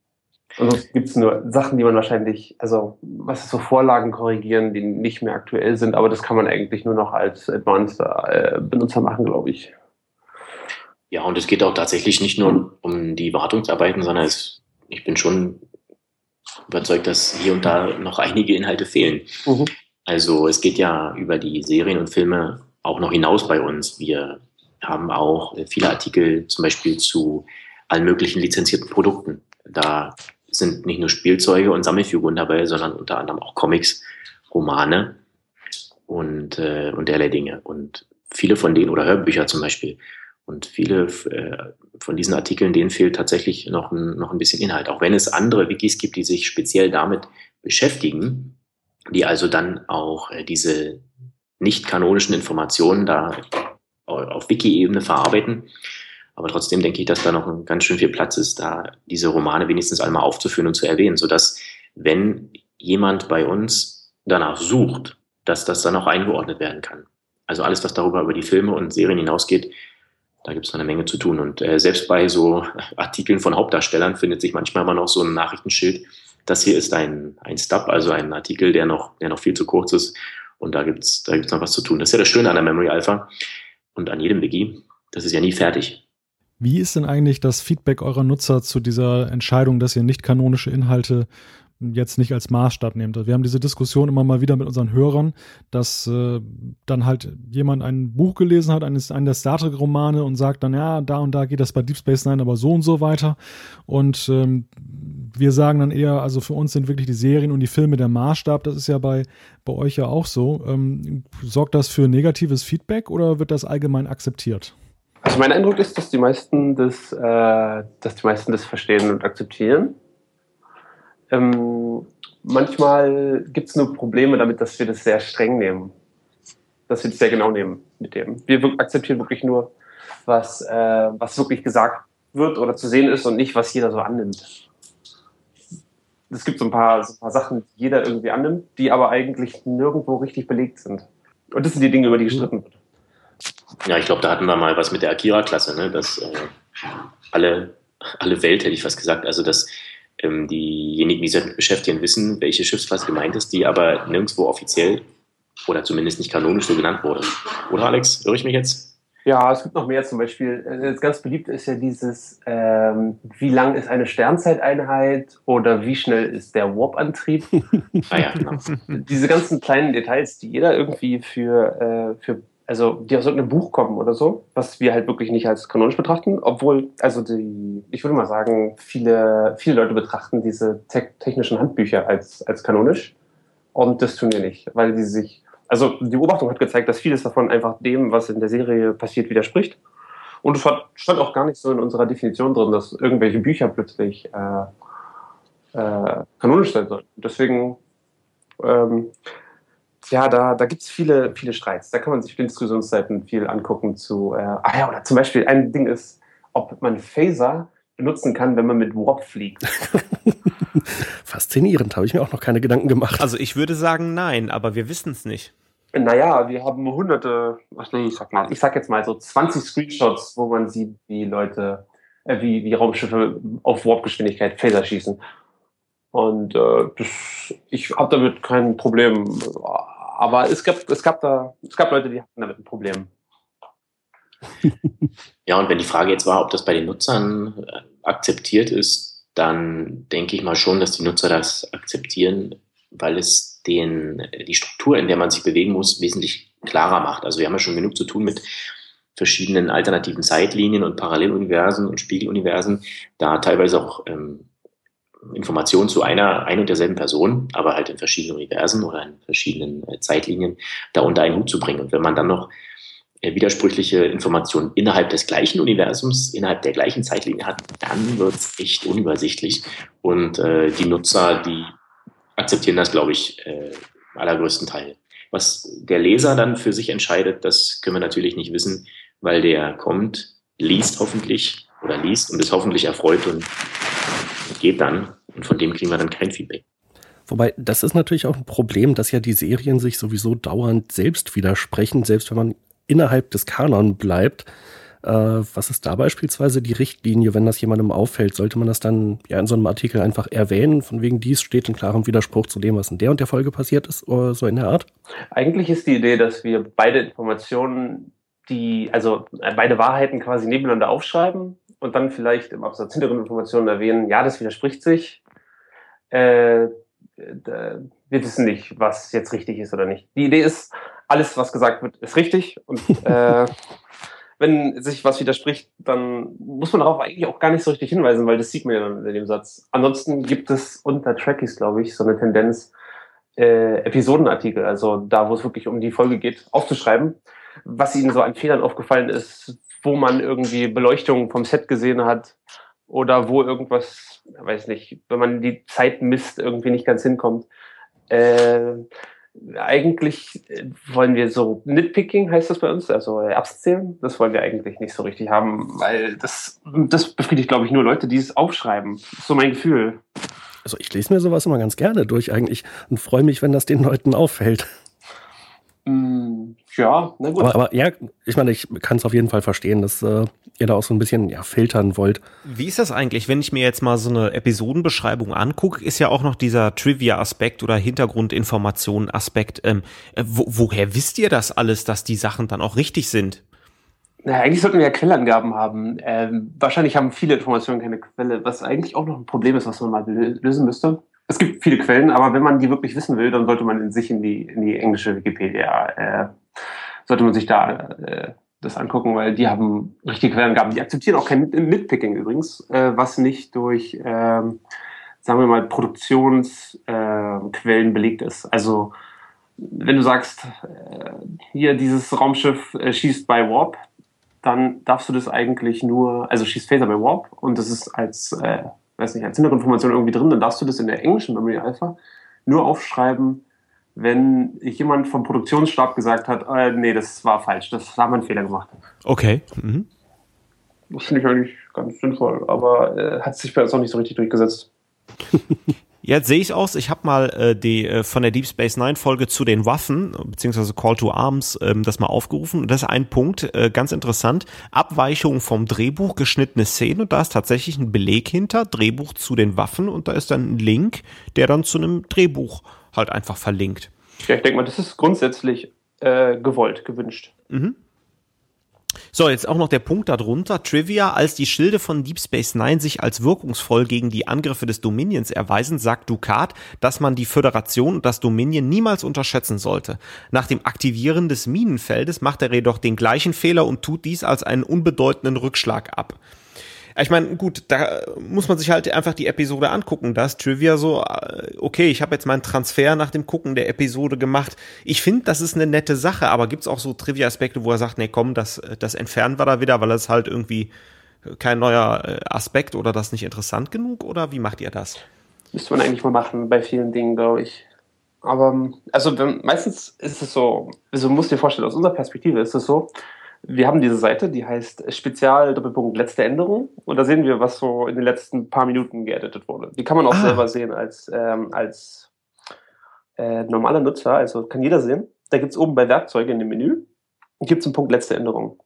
Und sonst gibt es nur Sachen, die man wahrscheinlich, also was ist so Vorlagen korrigieren, die nicht mehr aktuell sind, aber das kann man eigentlich nur noch als Advanced-Benutzer machen, glaube ich. Ja, und es geht auch tatsächlich nicht nur um die Wartungsarbeiten, sondern ich bin schon überzeugt, dass hier und da noch einige Inhalte fehlen. Mhm. Also es geht ja über die Serien und Filme auch noch hinaus bei uns. Wir haben auch viele Artikel zum Beispiel zu allen möglichen lizenzierten Produkten. Da sind nicht nur Spielzeuge und Sammelfiguren dabei, sondern unter anderem auch Comics, Romane und derlei Dinge. Und viele von denen, oder Hörbücher zum Beispiel, und viele von diesen Artikeln, denen fehlt tatsächlich noch ein bisschen Inhalt. Auch wenn es andere Wikis gibt, die sich speziell damit beschäftigen, die also dann auch diese nicht kanonischen Informationen da auf Wiki-Ebene verarbeiten. Aber trotzdem denke ich, dass da noch ganz schön viel Platz ist, da diese Romane wenigstens einmal aufzuführen und zu erwähnen, sodass, wenn jemand bei uns danach sucht, dass das dann auch eingeordnet werden kann. Also alles, was darüber über die Filme und Serien hinausgeht, da gibt es noch eine Menge zu tun. Und selbst bei so Artikeln von Hauptdarstellern findet sich manchmal immer noch so ein Nachrichtenschild. Das hier ist ein Stub, also ein Artikel, der noch viel zu kurz ist. Und da gibt's noch was zu tun. Das ist ja das Schöne an der Memory Alpha und an jedem Wiki. Das ist ja nie fertig. Wie ist denn eigentlich das Feedback eurer Nutzer zu dieser Entscheidung, dass ihr nicht kanonische Inhalte jetzt nicht als Maßstab nehmt? Wir haben diese Diskussion immer mal wieder mit unseren Hörern, dass dann halt jemand ein Buch gelesen hat, einen der Star Trek-Romane und sagt dann, ja, da und da geht das bei Deep Space Nine aber so und so weiter. Und wir sagen dann eher, also für uns sind wirklich die Serien und die Filme der Maßstab. Das ist ja bei euch ja auch so. Sorgt das für negatives Feedback oder wird das allgemein akzeptiert? Also mein Eindruck ist, dass die meisten das verstehen und akzeptieren. Manchmal gibt es nur Probleme damit, dass wir das sehr streng nehmen. Dass wir das sehr genau nehmen mit dem. Wir akzeptieren wirklich nur, was wirklich gesagt wird oder zu sehen ist und nicht, was jeder so annimmt. Es gibt so ein paar Sachen, die jeder irgendwie annimmt, die aber eigentlich nirgendwo richtig belegt sind. Und das sind die Dinge, über die gestritten wird. Ja, ich glaube, da hatten wir mal was mit der Akira-Klasse, ne? Dass alle Welt, hätte ich fast gesagt, also dass diejenigen, die sich damit beschäftigen, wissen, welche Schiffsklasse gemeint ist, die aber nirgendwo offiziell oder zumindest nicht kanonisch so genannt wurde. Oder Alex, irre ich mich jetzt? Ja, es gibt noch mehr, zum Beispiel, ganz beliebt ist ja dieses, wie lang ist eine Sternzeiteinheit oder wie schnell ist der Warp-Antrieb? Ja, genau. Diese ganzen kleinen Details, die jeder irgendwie also die aus irgendeinem Buch kommen oder so, was wir halt wirklich nicht als kanonisch betrachten, obwohl, also ich würde mal sagen, viele Leute betrachten diese technischen Handbücher als kanonisch und das tun wir nicht, weil also die Beobachtung hat gezeigt, dass vieles davon einfach dem, was in der Serie passiert, widerspricht. Und es stand auch gar nicht so in unserer Definition drin, dass irgendwelche Bücher plötzlich kanonisch sein sollen. Deswegen da gibt es viele Streits. Da kann man sich auf den Diskussionsseiten viel angucken zu. Oder zum Beispiel ein Ding ist, ob man Phaser benutzen kann, wenn man mit Warp fliegt. Faszinierend, habe ich mir auch noch keine Gedanken gemacht. Also ich würde sagen nein, aber wir wissen es nicht. Naja, wir haben ich sag jetzt mal so 20 Screenshots, wo man sieht, wie Leute, wie Raumschiffe auf Warp-Geschwindigkeit Phaser schießen. Und ich habe damit kein Problem. Aber es gab Leute, die hatten damit ein Problem. Ja, und wenn die Frage jetzt war, ob das bei den Nutzern akzeptiert ist, dann denke ich mal schon, dass die Nutzer das akzeptieren, weil es die Struktur, in der man sich bewegen muss, wesentlich klarer macht. Also wir haben ja schon genug zu tun mit verschiedenen alternativen Zeitlinien und Paralleluniversen und Spiegeluniversen, da teilweise auch Informationen zu ein und derselben Person, aber halt in verschiedenen Universen oder in verschiedenen Zeitlinien da unter einen Hut zu bringen. Und wenn man dann noch widersprüchliche Informationen innerhalb des gleichen Universums, innerhalb der gleichen Zeitlinie hat, dann wird es echt unübersichtlich. Und die Nutzer, die akzeptieren das, glaube ich, allergrößten Teil. Was der Leser dann für sich entscheidet, das können wir natürlich nicht wissen, weil der kommt, liest hoffentlich und ist hoffentlich erfreut und geht dann. Und von dem kriegen wir dann kein Feedback. Wobei, das ist natürlich auch ein Problem, dass ja die Serien sich sowieso dauernd selbst widersprechen, selbst wenn man innerhalb des Kanon bleibt. Was ist da beispielsweise die Richtlinie, wenn das jemandem auffällt? Sollte man das dann ja in so einem Artikel einfach erwähnen, von wegen dies steht in klarem Widerspruch zu dem, was in der und der Folge passiert ist, oder so in der Art? Eigentlich ist die Idee, dass wir beide Informationen, also beide Wahrheiten quasi nebeneinander aufschreiben und dann vielleicht im Absatz Hintergrundinformationen erwähnen, ja, das widerspricht sich. Wir wissen nicht, was jetzt richtig ist oder nicht. Die Idee ist, alles, was gesagt wird, ist richtig und wenn sich was widerspricht, dann muss man darauf eigentlich auch gar nicht so richtig hinweisen, weil das sieht man ja dann in dem Satz. Ansonsten gibt es unter Trekkies, glaube ich, so eine Tendenz, Episodenartikel, also da, wo es wirklich um die Folge geht, aufzuschreiben, was ihnen so an Fehlern aufgefallen ist, wo man irgendwie Beleuchtung vom Set gesehen hat oder wo irgendwas, weiß nicht, wenn man die Zeit misst, irgendwie nicht ganz hinkommt. Eigentlich wollen wir so Nitpicking, heißt das bei uns, also Abzählen, das wollen wir eigentlich nicht so richtig haben, weil das befriedigt, glaube ich, nur Leute, die es aufschreiben. Das ist so mein Gefühl. Also ich lese mir sowas immer ganz gerne durch eigentlich und freue mich, wenn das den Leuten auffällt. Ja, na gut. Aber ja, ich meine, ich kann es auf jeden Fall verstehen, dass ihr da auch so ein bisschen filtern wollt. Wie ist das eigentlich, wenn ich mir jetzt mal so eine Episodenbeschreibung angucke, ist ja auch noch dieser Trivia-Aspekt oder Hintergrundinformationen-Aspekt. Woher wisst ihr das alles, dass die Sachen dann auch richtig sind? Naja, eigentlich sollten wir ja Quellenangaben haben. Wahrscheinlich haben viele Informationen keine Quelle, was eigentlich auch noch ein Problem ist, was man mal lösen müsste. Es gibt viele Quellen, aber wenn man die wirklich wissen will, dann sollte man in sich in die englische Wikipedia, sollte man sich da das angucken, weil die haben richtige Quellenangaben. Die akzeptieren auch kein Nitpicking übrigens, was nicht durch, sagen wir mal, Produktionsquellen belegt ist. Also wenn du sagst, hier dieses Raumschiff schießt bei Warp, dann darfst du das eigentlich nur, also schießt Phaser bei Warp und das ist als Hintergrundinformation irgendwie drin, dann darfst du das in der englischen Memory Alpha nur aufschreiben, wenn jemand vom Produktionsstab gesagt hat, nee, das war falsch, das haben wir einen Fehler gemacht. Okay. Mhm. Das finde ich eigentlich ganz sinnvoll, aber hat sich bei uns auch nicht so richtig durchgesetzt. Jetzt sehe ich aus, ich habe mal die von der Deep Space Nine Folge zu den Waffen, beziehungsweise Call to Arms, das mal aufgerufen. Und das ist ein Punkt, ganz interessant. Abweichung vom Drehbuch, geschnittene Szenen. Und da ist tatsächlich ein Beleg hinter, Drehbuch zu den Waffen. Und da ist dann ein Link, der dann zu einem Drehbuch halt einfach verlinkt. Ja, ich denke mal, das ist grundsätzlich gewollt, gewünscht. Mhm. So, jetzt auch noch der Punkt darunter. Trivia: Als die Schilde von Deep Space Nine sich als wirkungsvoll gegen die Angriffe des Dominions erweisen, sagt Dukat, dass man die Föderation und das Dominion niemals unterschätzen sollte. Nach dem Aktivieren des Minenfeldes macht er jedoch den gleichen Fehler und tut dies als einen unbedeutenden Rückschlag ab. Ich meine, gut, da muss man sich halt einfach die Episode angucken. Da ist Trivia so, okay, ich habe jetzt meinen Transfer nach dem Gucken der Episode gemacht. Ich finde, das ist eine nette Sache, aber gibt's auch so Trivia-Aspekte, wo er sagt, nee, komm, das entfernen wir da wieder, weil das halt irgendwie kein neuer Aspekt oder das nicht interessant genug? Oder wie macht ihr das? Müsste man eigentlich mal machen bei vielen Dingen, glaube ich. Aber also meistens ist es so, also du musst dir vorstellen, aus unserer Perspektive ist es so, wir haben diese Seite, die heißt Spezial letzte Änderung und da sehen wir, was so in den letzten paar Minuten geeditet wurde. Die kann man auch selber sehen als normaler Nutzer, also kann jeder sehen. Da gibt es oben bei Werkzeuge in dem Menü, gibt es einen Punkt letzte Änderung.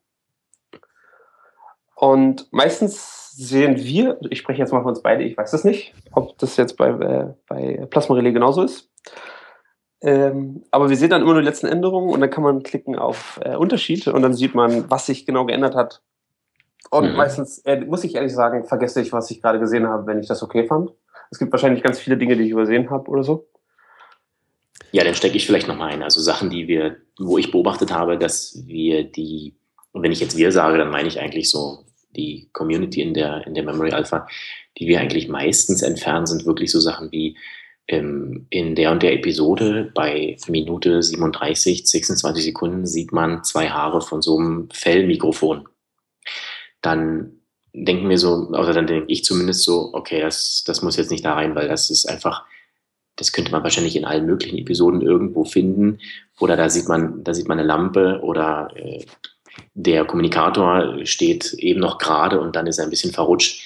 Und meistens sehen wir, ich spreche jetzt mal von uns beide, ich weiß es nicht, ob das jetzt bei Plasma Relais genauso ist. Aber wir sehen dann immer nur die letzten Änderungen und dann kann man klicken auf Unterschied und dann sieht man, was sich genau geändert hat. Und meistens, muss ich ehrlich sagen, vergesse ich, was ich gerade gesehen habe, wenn ich das okay fand. Es gibt wahrscheinlich ganz viele Dinge, die ich übersehen habe oder so. Ja, dann stecke ich vielleicht nochmal ein. Also Sachen, wo ich beobachtet habe, dass wir und wenn ich jetzt wir sage, dann meine ich eigentlich so die Community in der Memory Alpha, die wir eigentlich meistens entfernen, sind wirklich so Sachen wie in der und der Episode bei Minute 37, 26 Sekunden sieht man 2 Haare von so einem Fellmikrofon. Dann denken wir so, oder dann denke ich zumindest so, okay, das muss jetzt nicht da rein, weil das ist einfach, das könnte man wahrscheinlich in allen möglichen Episoden irgendwo finden. Oder da sieht man eine Lampe oder der Kommunikator steht eben noch gerade und dann ist er ein bisschen verrutscht.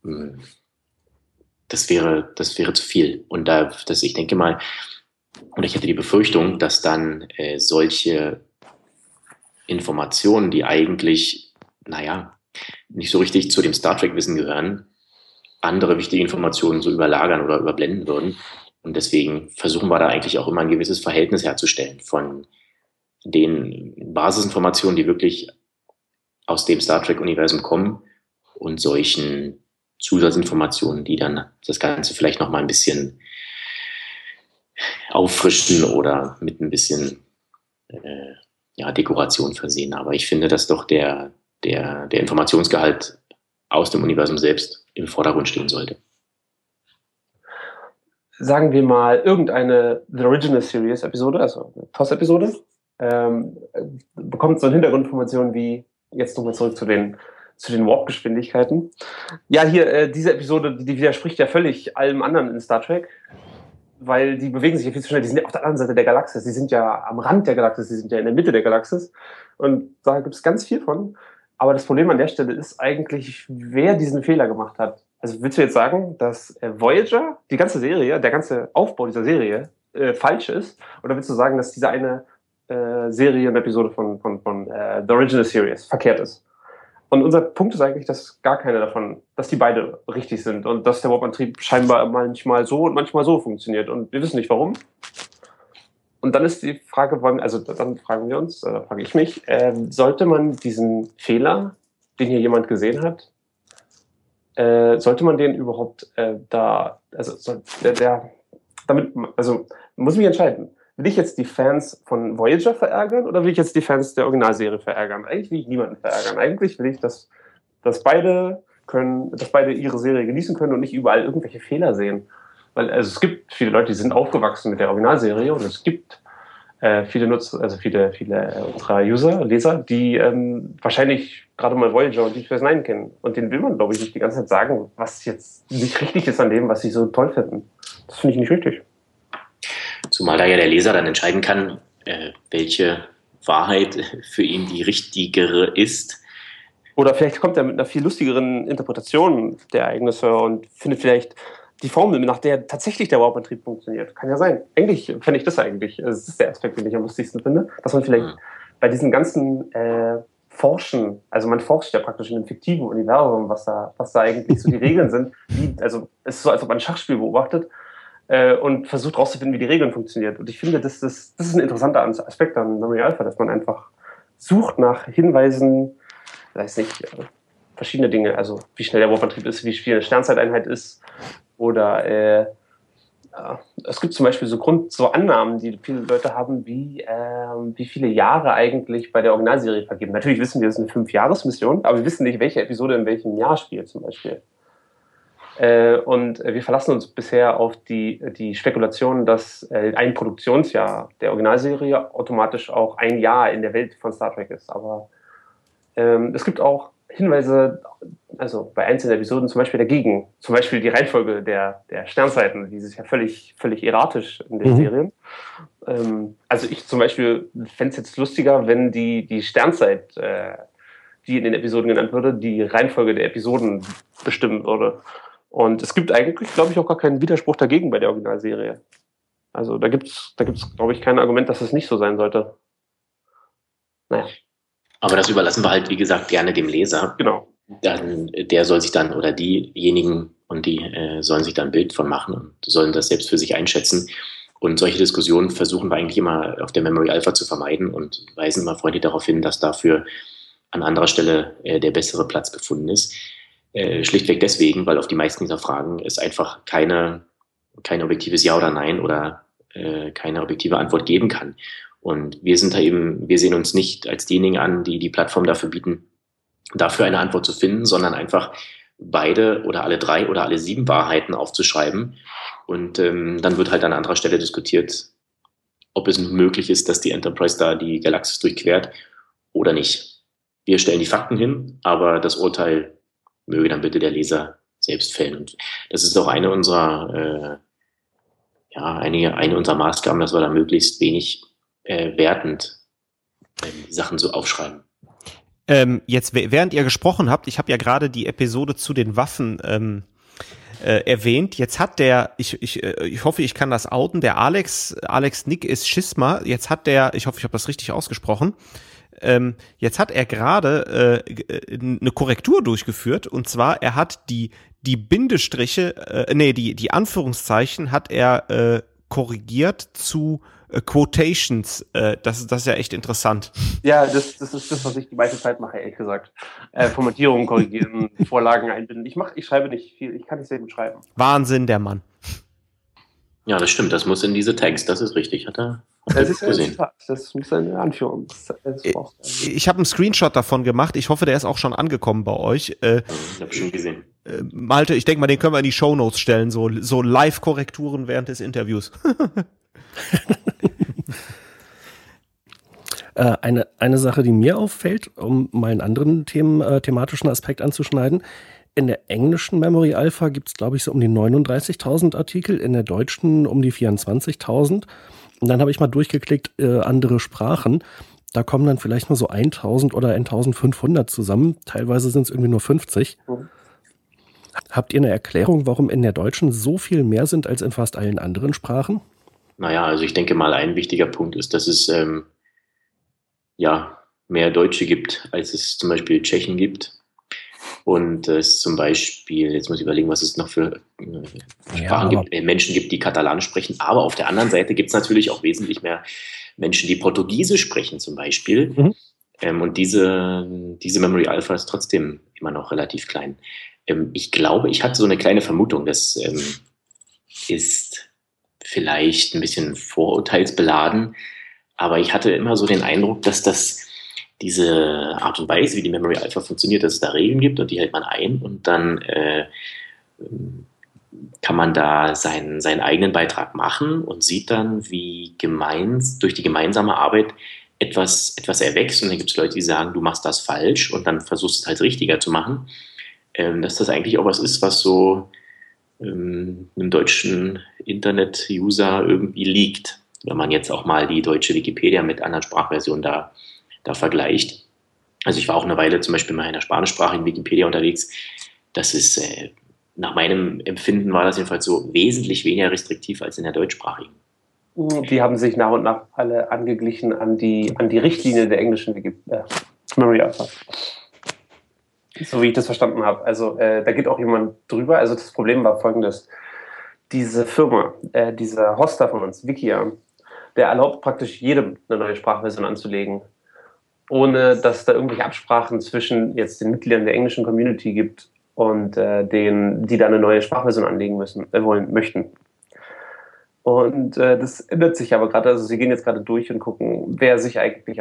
Das wäre zu viel. Und ich denke mal, und ich hätte die Befürchtung, dass dann solche Informationen, die eigentlich nicht so richtig zu dem Star Trek-Wissen gehören, andere wichtige Informationen so überlagern oder überblenden würden. Und deswegen versuchen wir da eigentlich auch immer ein gewisses Verhältnis herzustellen von den Basisinformationen, die wirklich aus dem Star Trek-Universum kommen und solchen Zusatzinformationen, die dann das Ganze vielleicht noch mal ein bisschen auffrischen oder mit ein bisschen Dekoration versehen. Aber ich finde, dass doch der Informationsgehalt aus dem Universum selbst im Vordergrund stehen sollte. Sagen wir mal irgendeine The Original Series Episode, also eine TOS-Episode, bekommt so eine Hintergrundinformation wie, jetzt nochmal zurück zu den Warp-Geschwindigkeiten. Ja, hier, diese Episode, die widerspricht ja völlig allem anderen in Star Trek, weil die bewegen sich ja viel zu schnell. Die sind ja auf der anderen Seite der Galaxis, die sind ja am Rand der Galaxis, die sind ja in der Mitte der Galaxis. Und da gibt es ganz viel von. Aber das Problem an der Stelle ist eigentlich, wer diesen Fehler gemacht hat. Also willst du jetzt sagen, dass Voyager, die ganze Serie, der ganze Aufbau dieser Serie falsch ist? Oder willst du sagen, dass diese eine Serien-Episode von The Original Series verkehrt ist? Und unser Punkt ist eigentlich, dass gar keine davon, dass die beide richtig sind und dass der Warp-Antrieb scheinbar manchmal so und manchmal so funktioniert. Und wir wissen nicht warum. Und dann ist die Frage, dann fragen wir uns, frage ich mich, sollte man diesen Fehler, den hier jemand gesehen hat, sollte man den überhaupt muss ich mich entscheiden. Will ich jetzt die Fans von Voyager verärgern oder will ich jetzt die Fans der Originalserie verärgern? Eigentlich will ich niemanden verärgern. Eigentlich will ich, dass beide ihre Serie genießen können und nicht überall irgendwelche Fehler sehen. Weil es gibt viele Leute, die sind aufgewachsen mit der Originalserie und es gibt viele unserer Leser, die wahrscheinlich gerade mal Voyager und Deep Space Nine kennen. Und denen will man, glaube ich, nicht die ganze Zeit sagen, was jetzt nicht richtig ist an dem, was sie so toll finden. Das finde ich nicht richtig. Zumal da ja der Leser dann entscheiden kann, welche Wahrheit für ihn die richtigere ist. Oder vielleicht kommt er mit einer viel lustigeren Interpretation der Ereignisse und findet vielleicht die Formel, nach der tatsächlich der Warp-Antrieb funktioniert. Kann ja sein. Eigentlich fände ich das das ist der Aspekt, den ich am lustigsten finde, dass man vielleicht bei diesen ganzen Forschen, also man forscht ja praktisch in einem fiktiven Universum, was da eigentlich so die Regeln sind. Es ist so, als ob man ein Schachspiel beobachtet und versucht rauszufinden, wie die Regeln funktionieren. Und ich finde, das ist ein interessanter Aspekt an Memory Alpha, dass man einfach sucht nach Hinweisen, weiß nicht, verschiedene Dinge, also wie schnell der Warp-Antrieb ist, wie viel eine Sternzeiteinheit ist, oder es gibt zum Beispiel so Annahmen, die viele Leute haben, wie viele Jahre eigentlich bei der Originalserie vergeben. Natürlich wissen wir, das ist eine 5-Jahres-Mission, aber wir wissen nicht, welche Episode in welchem Jahr spielt zum Beispiel. Und wir verlassen uns bisher auf die Spekulation, dass ein Produktionsjahr der Originalserie automatisch auch ein Jahr in der Welt von Star Trek ist. Aber es gibt auch Hinweise, also bei einzelnen Episoden zum Beispiel dagegen. Zum Beispiel die Reihenfolge der Sternzeiten, die ist ja völlig erratisch in den Serien. Also ich zum Beispiel fände es jetzt lustiger, wenn die Sternzeit, die in den Episoden genannt würde, die Reihenfolge der Episoden bestimmen würde. Und es gibt eigentlich, glaube ich, auch gar keinen Widerspruch dagegen bei der Originalserie. Also da gibt's, glaube ich, kein Argument, dass es nicht so sein sollte. Naja. Aber das überlassen wir halt, wie gesagt, gerne dem Leser. Genau. Der soll sich dann, oder diejenigen und die sollen sich dann ein Bild von machen und sollen das selbst für sich einschätzen. Und solche Diskussionen versuchen wir eigentlich immer auf der Memory Alpha zu vermeiden und weisen mal freundlich darauf hin, dass dafür an anderer Stelle der bessere Platz gefunden ist. Schlichtweg deswegen, weil auf die meisten dieser Fragen es einfach kein objektives Ja oder Nein oder keine objektive Antwort geben kann. Und wir sehen uns nicht als diejenigen an, die Plattform dafür bieten, dafür eine Antwort zu finden, sondern einfach beide oder alle 3 oder alle 7 Wahrheiten aufzuschreiben. Und dann wird halt an anderer Stelle diskutiert, ob es möglich ist, dass die Enterprise da die Galaxis durchquert oder nicht. Wir stellen die Fakten hin, aber das Urteil möge dann bitte der Leser selbst fällen. Und das ist auch eine unserer Maßgaben, dass wir da möglichst wenig wertend die Sachen so aufschreiben. Jetzt, während ihr gesprochen habt, ich habe ja gerade die Episode zu den Waffen erwähnt. Jetzt hat ich hoffe, ich kann das outen, der Alex Nick ist Schisma. Jetzt hat ich hoffe, ich habe das richtig ausgesprochen, Jetzt hat er gerade eine Korrektur durchgeführt, und zwar er hat die Bindestriche, die Anführungszeichen hat er korrigiert zu Quotations. Das ist ja echt interessant. Ja, das ist das, was ich die meiste Zeit mache, ehrlich gesagt. Formatierungen korrigieren, Vorlagen einbinden. Ich schreibe nicht viel, ich kann nicht sehr gut schreiben. Wahnsinn, der Mann. Ja, das stimmt, das muss in diese Tags, das ist richtig. Das ist ein Zitat, das muss eine Anführung. Ich habe einen Screenshot davon gemacht, ich hoffe, der ist auch schon angekommen bei euch. Ich habe schon gesehen. Malte, ich denke mal, den können wir in die Shownotes stellen, so Live-Korrekturen während des Interviews. Eine Sache, die mir auffällt, um mal einen anderen thematischen Aspekt anzuschneiden: In der englischen Memory Alpha gibt es, glaube ich, so um die 39.000 Artikel, in der deutschen um die 24.000. Und dann habe ich mal durchgeklickt, andere Sprachen. Da kommen dann vielleicht mal so 1.000 oder 1.500 zusammen. Teilweise sind es irgendwie nur 50. Mhm. Habt ihr eine Erklärung, warum in der deutschen so viel mehr sind als in fast allen anderen Sprachen? Naja, also ich denke mal, ein wichtiger Punkt ist, dass es mehr Deutsche gibt, als es zum Beispiel Tschechen gibt. Und es zum Beispiel, jetzt muss ich überlegen, was es noch für Sprachen gibt, Menschen gibt, die Katalanisch sprechen. Aber auf der anderen Seite gibt es natürlich auch wesentlich mehr Menschen, die Portugiesisch sprechen zum Beispiel. Mhm. Und diese Memory Alpha ist trotzdem immer noch relativ klein. Ich glaube, ich hatte so eine kleine Vermutung, das ist vielleicht ein bisschen vorurteilsbeladen, aber ich hatte immer so den Eindruck, dass diese Art und Weise, wie die Memory Alpha funktioniert, dass es da Regeln gibt und die hält man ein und dann kann man da seinen eigenen Beitrag machen und sieht dann, wie durch die gemeinsame Arbeit etwas erwächst, und dann gibt es Leute, die sagen, du machst das falsch, und dann versuchst du es halt richtiger zu machen. Dass das eigentlich auch was ist, was so einem deutschen Internet-User irgendwie liegt, wenn man jetzt auch mal die deutsche Wikipedia mit anderen Sprachversionen da vergleicht. Also ich war auch eine Weile zum Beispiel mal in einer spanischsprachigen Wikipedia unterwegs. Das ist, nach meinem Empfinden war das jedenfalls so wesentlich weniger restriktiv als in der deutschsprachigen. Die haben sich nach und nach alle angeglichen an die Richtlinie der englischen Memory Alpha. So wie ich das verstanden habe. Also da geht auch jemand drüber. Also das Problem war folgendes. Diese Firma, dieser Hoster von uns, Wikia, der erlaubt praktisch jedem eine neue Sprachversion anzulegen, ohne dass da irgendwelche Absprachen zwischen jetzt den Mitgliedern der englischen Community gibt und denen, die da eine neue Sprachversion anlegen möchten. Und das ändert sich aber gerade. Also sie gehen jetzt gerade durch und gucken, wer sich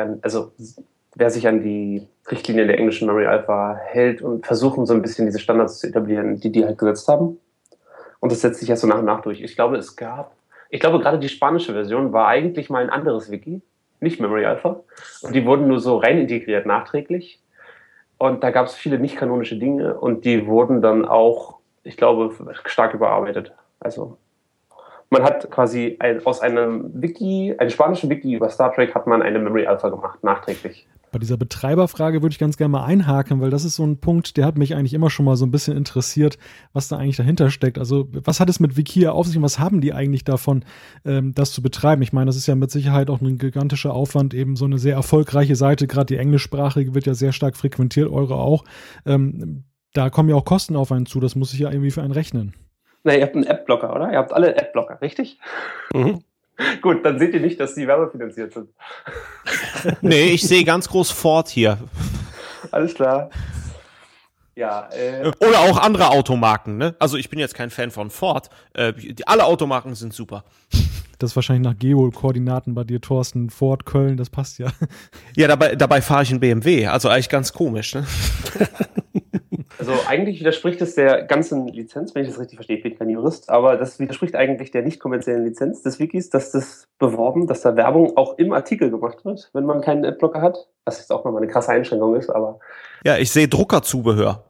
an die Richtlinien der englischen Memory Alpha hält, und versuchen so ein bisschen diese Standards zu etablieren, die halt gesetzt haben. Und das setzt sich ja so nach und nach durch. Ich glaube, gerade die spanische Version war eigentlich mal ein anderes Wiki, nicht Memory Alpha. Und die wurden nur so rein integriert nachträglich. Und da gab es viele nicht kanonische Dinge, und die wurden dann auch, ich glaube, stark überarbeitet. Also man hat quasi aus einem spanischen Wiki über Star Trek hat man eine Memory Alpha gemacht, nachträglich. Bei dieser Betreiberfrage würde ich ganz gerne mal einhaken, weil das ist so ein Punkt, der hat mich eigentlich immer schon mal so ein bisschen interessiert, was da eigentlich dahinter steckt. Also was hat es mit Wikia auf sich und was haben die eigentlich davon, das zu betreiben? Ich meine, das ist ja mit Sicherheit auch ein gigantischer Aufwand, eben so eine sehr erfolgreiche Seite, gerade die englischsprachige wird ja sehr stark frequentiert, eure auch. Da kommen ja auch Kosten auf einen zu, das muss ich ja irgendwie für einen rechnen. Na, ihr habt einen Adblocker, oder? Ihr habt alle Adblocker, richtig? Mhm. Gut, dann seht ihr nicht, dass die werbefinanziert sind. Nee, ich sehe ganz groß Ford hier. Alles klar. Ja, oder auch andere Automarken, ne? Also ich bin jetzt kein Fan von Ford. Alle Automarken sind super. Das ist wahrscheinlich nach Geo-Koordinaten bei dir, Thorsten. Ford, Köln, das passt ja. Ja, dabei fahre ich einen BMW. Also eigentlich ganz komisch, ne? Also eigentlich widerspricht es der ganzen Lizenz, wenn ich das richtig verstehe, ich bin kein Jurist, aber das widerspricht eigentlich der nicht kommerziellen Lizenz des Wikis, dass das beworben, dass da Werbung auch im Artikel gemacht wird, wenn man keinen Adblocker hat, was jetzt auch nochmal eine krasse Einschränkung ist, aber... Ja, ich sehe Druckerzubehör.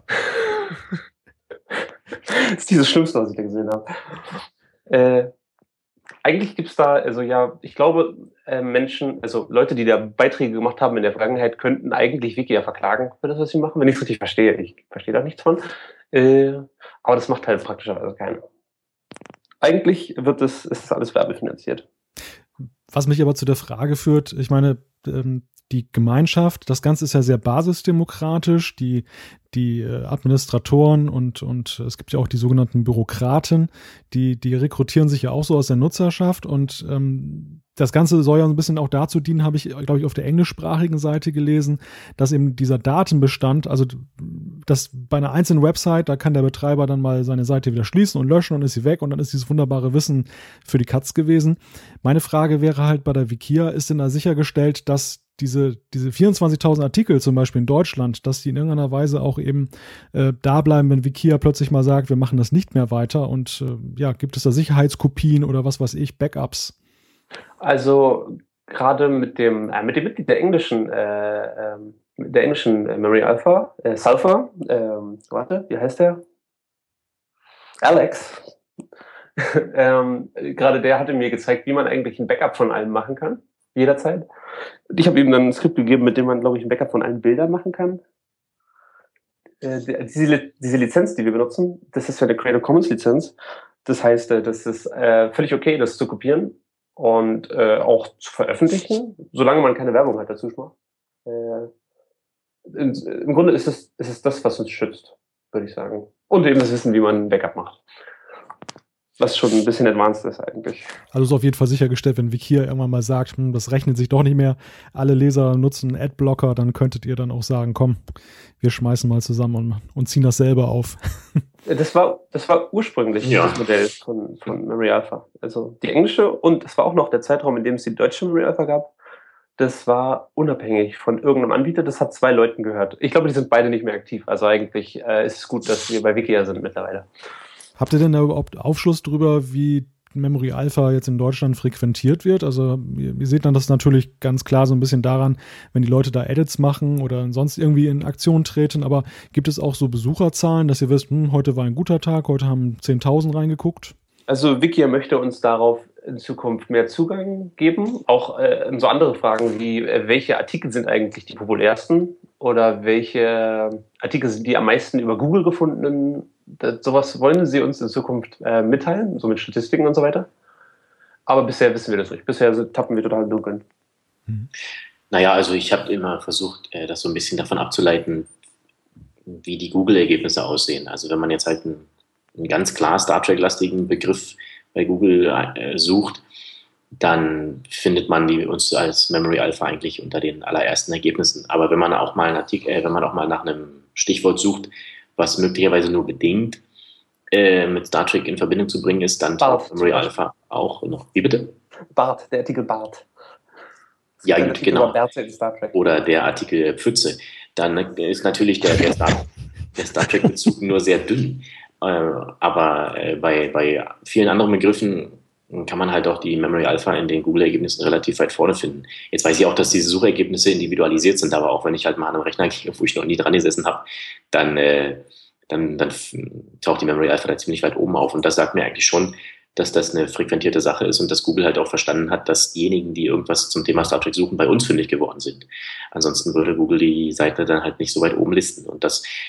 Das ist dieses Schlimmste, was ich da gesehen habe. Eigentlich gibt es da, also ja, ich glaube, Menschen, also Leute, die da Beiträge gemacht haben in der Vergangenheit, könnten eigentlich Wikia verklagen für das, was sie machen, wenn ich es richtig verstehe. Ich verstehe da nichts von. Aber das macht halt praktischerweise keiner. Eigentlich ist das alles werbefinanziert. Was mich aber zu der Frage führt, ich meine, die Gemeinschaft, das Ganze ist ja sehr basisdemokratisch, die Administratoren und es gibt ja auch die sogenannten Bürokraten, die rekrutieren sich ja auch so aus der Nutzerschaft und das Ganze soll ja ein bisschen auch dazu dienen, habe ich, glaube ich, auf der englischsprachigen Seite gelesen, dass eben dieser Datenbestand, also dass bei einer einzelnen Website, da kann der Betreiber dann mal seine Seite wieder schließen und löschen und ist sie weg und dann ist dieses wunderbare Wissen für die Katz gewesen. Meine Frage wäre halt bei der Wikia, ist denn da sichergestellt, dass diese 24.000 Artikel zum Beispiel in Deutschland, dass die in irgendeiner Weise auch eben da bleiben, wenn Wikia plötzlich mal sagt, wir machen das nicht mehr weiter und gibt es da Sicherheitskopien oder was weiß ich, Backups? Also gerade mit dem Mitglied der englischen Memory Alpha, Sulfur, wie heißt der? Alex. Gerade der hatte mir gezeigt, wie man eigentlich ein Backup von allem machen kann, jederzeit. Ich habe ihm dann ein Skript gegeben, mit dem man, glaube ich, ein Backup von allen Bildern machen kann. Diese Lizenz, die wir benutzen, das ist ja eine Creative Commons Lizenz. Das heißt, das ist völlig okay, das zu kopieren und auch zu veröffentlichen, solange man keine Werbung halt dazu macht. Im Grunde ist es das, was uns schützt, würde ich sagen. Und eben das Wissen, wie man ein Backup macht. Was schon ein bisschen advanced ist eigentlich. Also ist auf jeden Fall sichergestellt, wenn Wikia irgendwann mal sagt, das rechnet sich doch nicht mehr, alle Leser nutzen Adblocker, dann könntet ihr dann auch sagen, komm, wir schmeißen mal zusammen und ziehen das selber auf. Das war ursprünglich das Modell von Memory Alpha. Also die englische und es war auch noch der Zeitraum, in dem es die deutsche Memory Alpha gab. Das war unabhängig von irgendeinem Anbieter. Das hat 2 Leuten gehört. Ich glaube, die sind beide nicht mehr aktiv. Also eigentlich ist es gut, dass wir bei Wikia sind mittlerweile. Habt ihr denn da überhaupt Aufschluss drüber, wie Memory Alpha jetzt in Deutschland frequentiert wird? Also ihr seht dann das natürlich ganz klar so ein bisschen daran, wenn die Leute da Edits machen oder sonst irgendwie in Aktion treten, aber gibt es auch so Besucherzahlen, dass ihr wisst, heute war ein guter Tag, heute haben 10.000 reingeguckt? Also Wikia möchte uns darauf in Zukunft mehr Zugang geben, auch so andere Fragen wie, welche Artikel sind eigentlich die populärsten oder welche Artikel sind die am meisten über Google gefundenen? Sowas wollen sie uns in Zukunft mitteilen, so mit Statistiken und so weiter. Aber bisher wissen wir das nicht. Bisher tappen wir total im Dunkeln. Naja, also ich habe immer versucht, das so ein bisschen davon abzuleiten, wie die Google-Ergebnisse aussehen. Also wenn man jetzt halt einen ganz klar Star Trek-lastigen Begriff bei Google sucht, dann findet man uns als Memory Alpha eigentlich unter den allerersten Ergebnissen. Aber wenn man auch mal nach einem Stichwort sucht, was möglicherweise nur bedingt mit Star Trek in Verbindung zu bringen ist, dann taucht Memory Alpha auch noch. Wie bitte? Bart, der Artikel Bart. Ja, gut, genau. Oder der Artikel Pfütze. Dann ist natürlich der Star Trek-Bezug nur sehr dünn. Aber bei vielen anderen Begriffen kann man halt auch die Memory Alpha in den Google-Ergebnissen relativ weit vorne finden. Jetzt weiß ich auch, dass diese Suchergebnisse individualisiert sind, aber auch wenn ich halt mal an einem Rechner gehe, wo ich noch nie dran gesessen habe, dann taucht die Memory Alpha da ziemlich weit oben auf. Und das sagt mir eigentlich schon, dass das eine frequentierte Sache ist und dass Google halt auch verstanden hat, dass diejenigen, die irgendwas zum Thema Star Trek suchen, bei uns fündig geworden sind. Ansonsten würde Google die Seite dann halt nicht so weit oben listen. Und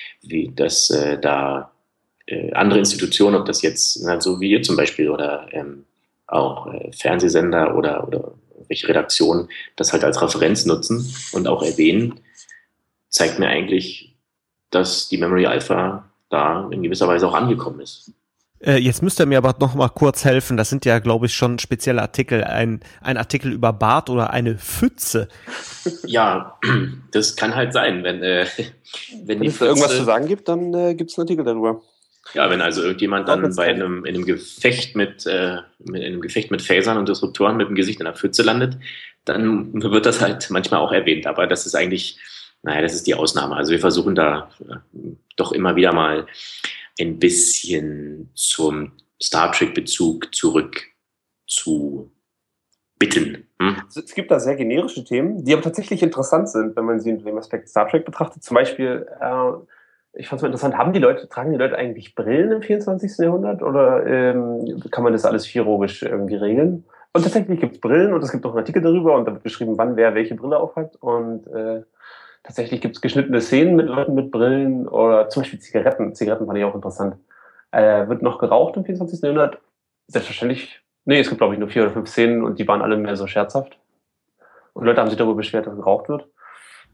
da andere Institutionen, ob das jetzt so wie ihr zum Beispiel oder auch Fernsehsender oder welche Redaktionen das halt als Referenz nutzen und auch erwähnen, zeigt mir eigentlich, dass die Memory Alpha da in gewisser Weise auch angekommen ist. Jetzt müsst ihr mir aber noch mal kurz helfen. Das sind ja, glaube ich, schon spezielle Artikel. Ein Artikel über Bart oder eine Pfütze. Ja, das kann halt sein. Wenn es da irgendwas zu sagen gibt, dann gibt es einen Artikel darüber. Ja, wenn also irgendjemand dann in einem Gefecht mit Phasern und Disruptoren mit dem Gesicht in der Pfütze landet, dann wird das halt manchmal auch erwähnt. Aber das ist eigentlich, das ist die Ausnahme. Also wir versuchen da doch immer wieder mal ein bisschen zum Star Trek-Bezug zurück zu bitten. Es gibt da sehr generische Themen, die aber tatsächlich interessant sind, wenn man sie unter dem Aspekt Star Trek betrachtet. Zum Beispiel, ich fand es mal interessant, tragen die Leute eigentlich Brillen im 24. Jahrhundert oder kann man das alles chirurgisch irgendwie regeln? Und tatsächlich gibt es Brillen und es gibt auch einen Artikel darüber und da wird beschrieben, wann wer welche Brille aufhat und tatsächlich gibt es geschnittene Szenen mit Leuten mit Brillen oder zum Beispiel Zigaretten. Zigaretten fand ich auch interessant. Wird noch geraucht im 24. Jahrhundert? Selbstverständlich. Nee, es gibt glaube ich nur 4 oder 5 Szenen und die waren alle mehr so scherzhaft. Und Leute haben sich darüber beschwert, dass geraucht wird.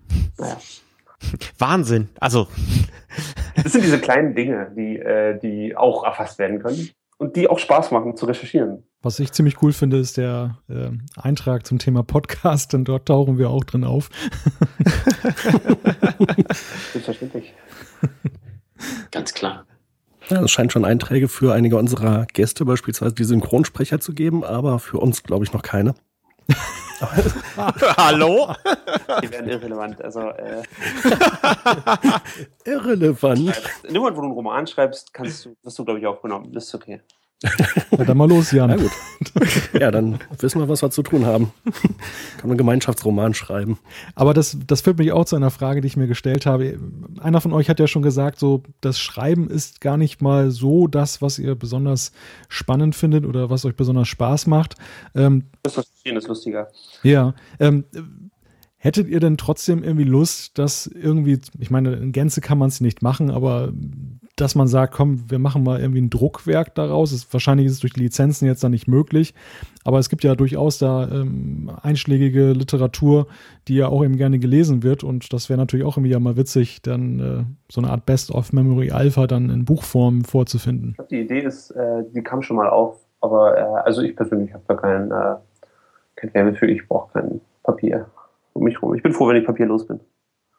Naja. Wahnsinn. Also. Das sind diese kleinen Dinge, die auch erfasst werden können und die auch Spaß machen zu recherchieren. Was ich ziemlich cool finde, ist der Eintrag zum Thema Podcast, denn dort tauchen wir auch drin auf. Selbstverständlich. Ganz klar. Ja, es scheint schon Einträge für einige unserer Gäste, beispielsweise die Synchronsprecher zu geben, aber für uns, glaube ich, noch keine. Hallo? Die werden irrelevant. Also, Irrelevant. in dem Moment, wo du einen Roman schreibst, wirst du, glaube ich, aufgenommen. Das ist okay. Na, dann mal los, Jan. Na gut. Ja, dann wissen wir, was wir zu tun haben. Kann man einen Gemeinschaftsroman schreiben. Aber das führt mich auch zu einer Frage, die ich mir gestellt habe. Einer von euch hat ja schon gesagt, so das Schreiben ist gar nicht mal so das, was ihr besonders spannend findet oder was euch besonders Spaß macht. Das Recherchieren ist lustiger. Ja, hättet ihr denn trotzdem irgendwie Lust, dass irgendwie, ich meine, in Gänze kann man es nicht machen, aber dass man sagt, komm, wir machen mal irgendwie ein Druckwerk daraus. Wahrscheinlich ist es durch die Lizenzen jetzt dann nicht möglich, aber es gibt ja durchaus da einschlägige Literatur, die ja auch eben gerne gelesen wird und das wäre natürlich auch irgendwie ja mal witzig, dann so eine Art Best-of Memory Alpha dann in Buchform vorzufinden. Ich glaube, die Idee ist, die kam schon mal auf, aber also ich persönlich habe da kein Wärme für, ich brauche kein Papier um mich rum. Ich bin froh, wenn ich papierlos bin.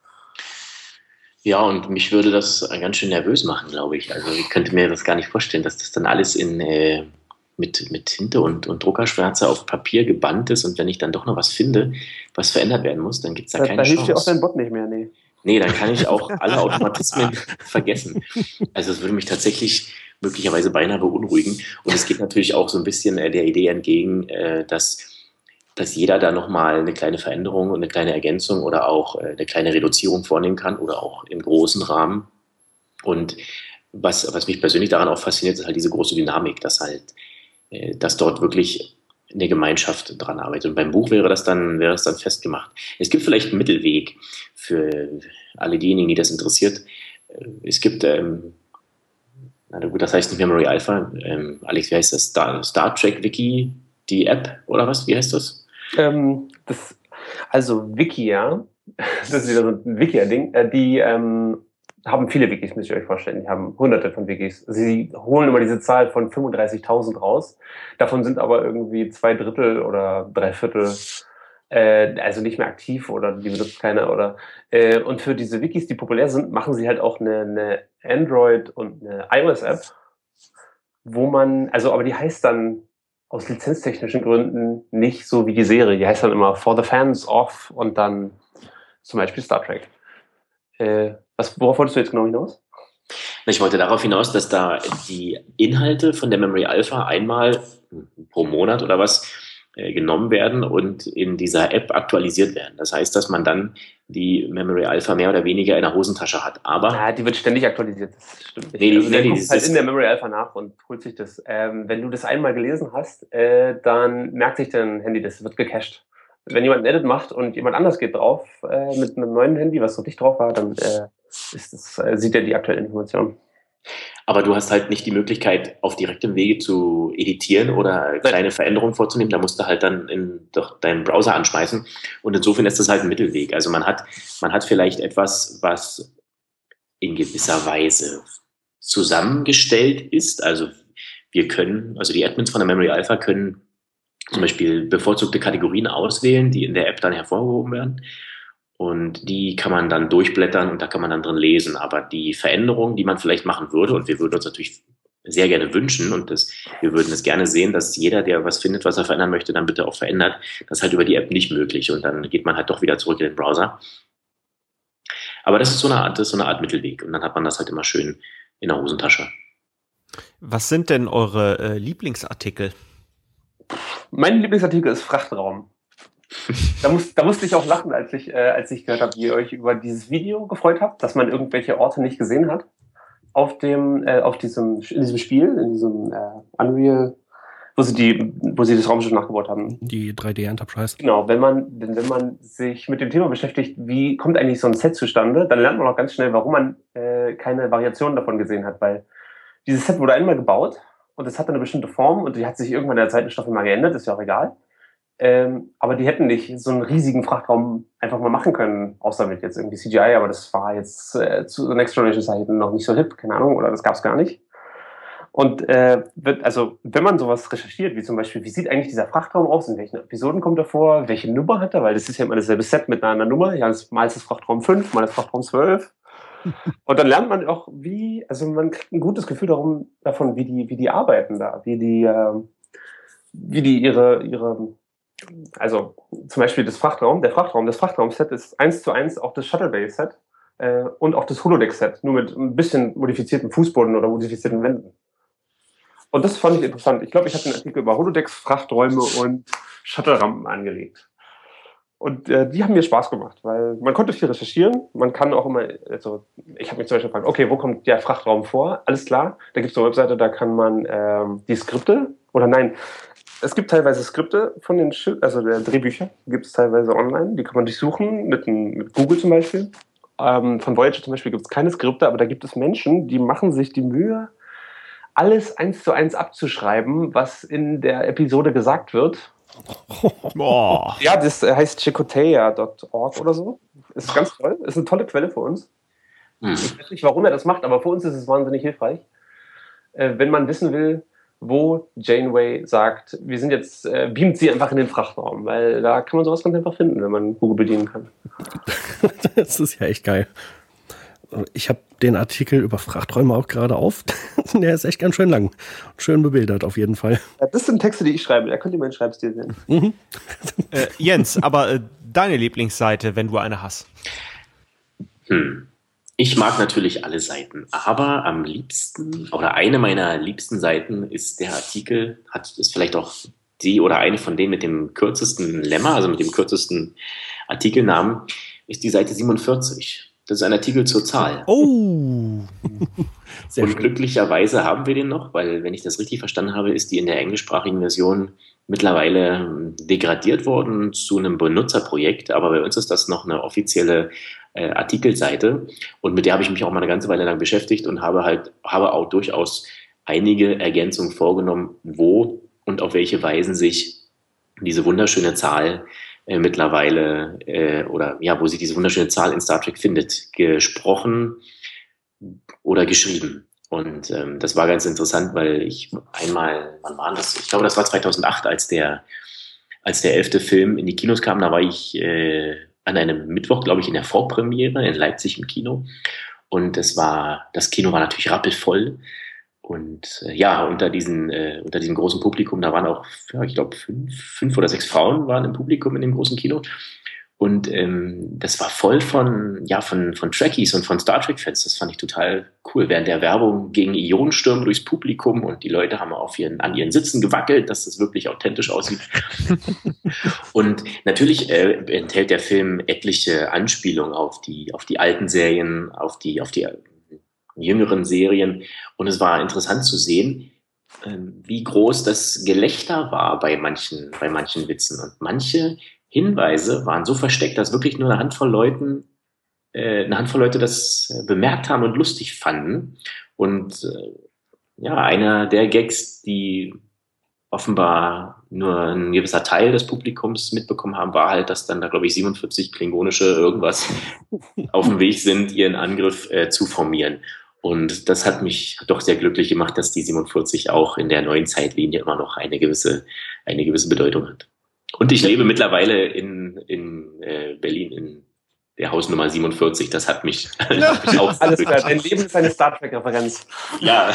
Ja, und mich würde das ganz schön nervös machen, glaube ich. Also ich könnte mir das gar nicht vorstellen, dass das dann alles mit Tinte und Druckerschwärze auf Papier gebannt ist und wenn ich dann doch noch was finde, was verändert werden muss, dann gibt es da keine Chance. Da hilft dir auch dein Bot nicht mehr, nee. Nee, dann kann ich auch alle Automatismen vergessen. Also es würde mich tatsächlich möglicherweise beinahe beunruhigen. Und es geht natürlich auch so ein bisschen der Idee entgegen, dass jeder da nochmal eine kleine Veränderung und eine kleine Ergänzung oder auch eine kleine Reduzierung vornehmen kann oder auch im großen Rahmen. Und was mich persönlich daran auch fasziniert, ist halt diese große Dynamik, dass dort wirklich eine Gemeinschaft dran arbeitet. Und beim Buch wäre es dann festgemacht. Es gibt vielleicht einen Mittelweg für alle diejenigen, die das interessiert. Es gibt, na gut, das heißt nicht Memory Alpha. Alex, wie heißt das? Star Trek Wiki, die App oder was? Wie heißt das? Also Wikia, das ist wieder so ein Wikia-Ding, die haben viele Wikis, müsst ihr euch vorstellen. Die haben hunderte von Wikis. Sie holen immer diese Zahl von 35.000 raus. Davon sind aber irgendwie 2/3 oder 3/4 also nicht mehr aktiv oder die benutzt keiner. Und für diese Wikis, die populär sind, machen sie halt auch eine Android- und eine iOS-App, wo man, also aber die heißt dann aus lizenztechnischen Gründen nicht so wie die Serie. Die heißt dann immer For the Fans of und dann zum Beispiel Star Trek. Worauf wolltest du jetzt genau hinaus? Ich wollte darauf hinaus, dass da die Inhalte von der Memory Alpha einmal pro Monat oder was genommen werden und in dieser App aktualisiert werden. Das heißt, dass man dann die Memory Alpha mehr oder weniger in der Hosentasche hat. Aber die wird ständig aktualisiert, das stimmt nicht. Nee, du guckst halt in der Memory Alpha nach und holt sich das. Wenn du das einmal gelesen hast, dann merkt sich dein Handy, das wird gecached. Wenn jemand ein Edit macht und jemand anders geht drauf mit einem neuen Handy, was noch nicht drauf war, dann sieht er die aktuelle Information. Aber du hast halt nicht die Möglichkeit, auf direktem Wege zu editieren oder kleine Veränderungen vorzunehmen. Da musst du halt dann doch deinen Browser anschmeißen. Und insofern ist das halt ein Mittelweg. Also man hat vielleicht etwas, was in gewisser Weise zusammengestellt ist. Also die Admins von der Memory Alpha können zum Beispiel bevorzugte Kategorien auswählen, die in der App dann hervorgehoben werden. Und die kann man dann durchblättern und da kann man dann drin lesen. Aber die Veränderungen, die man vielleicht machen würde, und wir würden uns natürlich sehr gerne wünschen und wir würden es gerne sehen, dass jeder, der was findet, was er verändern möchte, dann bitte auch verändert. Das ist halt über die App nicht möglich und dann geht man halt doch wieder zurück in den Browser. Aber das ist so eine Art Mittelweg und dann hat man das halt immer schön in der Hosentasche. Was sind denn eure Lieblingsartikel? Mein Lieblingsartikel ist Frachtraum. Da musste ich auch lachen, als ich gehört habe, wie ihr euch über dieses Video gefreut habt, dass man irgendwelche Orte nicht gesehen hat in diesem Spiel, in diesem Unreal, wo sie das Raumschiff nachgebaut haben. Die 3D Enterprise. Genau, wenn man sich mit dem Thema beschäftigt, wie kommt eigentlich so ein Set zustande, dann lernt man auch ganz schnell, warum man keine Variationen davon gesehen hat, weil dieses Set wurde einmal gebaut und es hatte eine bestimmte Form und die hat sich irgendwann in der zweiten Staffel mal geändert, ist ja auch egal. Aber die hätten nicht so einen riesigen Frachtraum einfach mal machen können, außer mit jetzt irgendwie CGI, aber das war jetzt zu Next Generation Zeiten noch nicht so hip, keine Ahnung, oder das gab es gar nicht. Und wenn man sowas recherchiert, wie zum Beispiel, wie sieht eigentlich dieser Frachtraum aus, in welchen Episoden kommt er vor, welche Nummer hat er, weil das ist ja immer dasselbe Set mit einer Nummer, ja, mal ist das Frachtraum 5, mal ist das Frachtraum 12. Und dann lernt man auch, man kriegt ein gutes Gefühl davon, wie die arbeiten da, wie die ihre also zum Beispiel das Frachtraum-Set ist 1:1 auch das Shuttle Bay Set und auch das Holodeck Set, nur mit ein bisschen modifizierten Fußboden oder modifizierten Wänden. Und das fand ich interessant. Ich glaube, ich habe einen Artikel über Holodecks, Frachträume und Shuttle-Rampen angelegt. Und die haben mir Spaß gemacht, weil man konnte viel recherchieren. Man kann auch immer, also ich habe mich zum Beispiel gefragt, okay, wo kommt der Frachtraum vor? Alles klar, da gibt es eine Webseite, da kann man die Skripte, es gibt teilweise Skripte von den der Drehbücher, gibt es teilweise online, die kann man durchsuchen, mit Google zum Beispiel. Von Voyager zum Beispiel gibt es keine Skripte, aber da gibt es Menschen, die machen sich die Mühe, alles 1:1 abzuschreiben, was in der Episode gesagt wird. Boah. Ja, das heißt chicotea.org oder so. Ist ganz toll, ist eine tolle Quelle für uns. Ich weiß nicht, warum er das macht, aber für uns ist es wahnsinnig hilfreich. Wenn man wissen will, wo Janeway sagt, wir sind jetzt, beamt sie einfach in den Frachtraum, weil da kann man sowas ganz einfach finden, wenn man Google bedienen kann. Das ist ja echt geil. Ich habe den Artikel über Frachträume auch gerade auf. Der ist echt ganz schön lang. Schön bebildert auf jeden Fall. Ja, das sind Texte, die ich schreibe. Da könnt ihr meinen Schreibstil sehen. Mhm. Jens, aber deine Lieblingsseite, wenn du eine hast? Ich mag natürlich alle Seiten, aber am liebsten oder eine meiner liebsten Seiten ist der Artikel, ist vielleicht auch die oder eine von denen mit dem kürzesten Lemma, also mit dem kürzesten Artikelnamen, ist die Seite 47. Das ist ein Artikel zur Zahl. Oh! Sehr und schön. Glücklicherweise haben wir den noch, weil, wenn ich das richtig verstanden habe, ist die in der englischsprachigen Version mittlerweile degradiert worden zu einem Benutzerprojekt. Aber bei uns ist das noch eine offizielle Artikelseite. Und mit der habe ich mich auch mal eine ganze Weile lang beschäftigt und habe auch durchaus einige Ergänzungen vorgenommen, wo und auf welche Weisen sich diese wunderschöne Zahl mittlerweile wo sich diese wunderschöne Zahl in Star Trek findet, gesprochen oder geschrieben. Und das war ganz interessant, weil ich einmal, wann war das? Ich glaube, das war 2008, als der 11. Film in die Kinos kam. Da war ich an einem Mittwoch, glaube ich, in der Vorpremiere in Leipzig im Kino. Und das Kino war natürlich rappelvoll. Und unter diesem großen Publikum, da waren auch, ich glaube, 5 oder 6 Frauen waren im Publikum in dem großen Kino. Und das war voll von Trekkies und von Star Trek-Fans. Das fand ich total cool. Während der Werbung gingen Ionenstürme durchs Publikum und die Leute haben an ihren Sitzen gewackelt, dass das wirklich authentisch aussieht. Und natürlich enthält der Film etliche Anspielungen auf die alten Serien, auf die jüngeren Serien. Und es war interessant zu sehen, wie groß das Gelächter war bei manchen Witzen. Und manche Hinweise waren so versteckt, dass wirklich nur eine Handvoll Leute das bemerkt haben und lustig fanden. Und einer der Gags, die offenbar nur ein gewisser Teil des Publikums mitbekommen haben, war halt, dass dann da, glaube ich, 47 klingonische irgendwas auf dem Weg sind, ihren Angriff zu formieren. Und das hat mich doch sehr glücklich gemacht, dass die 47 auch in der neuen Zeitlinie immer noch eine gewisse Bedeutung hat. Und ich lebe mittlerweile in Berlin in der Hausnummer 47. Das hat mich auch alles klar. Dein Leben ist eine Star Trek-Referenz. Ja.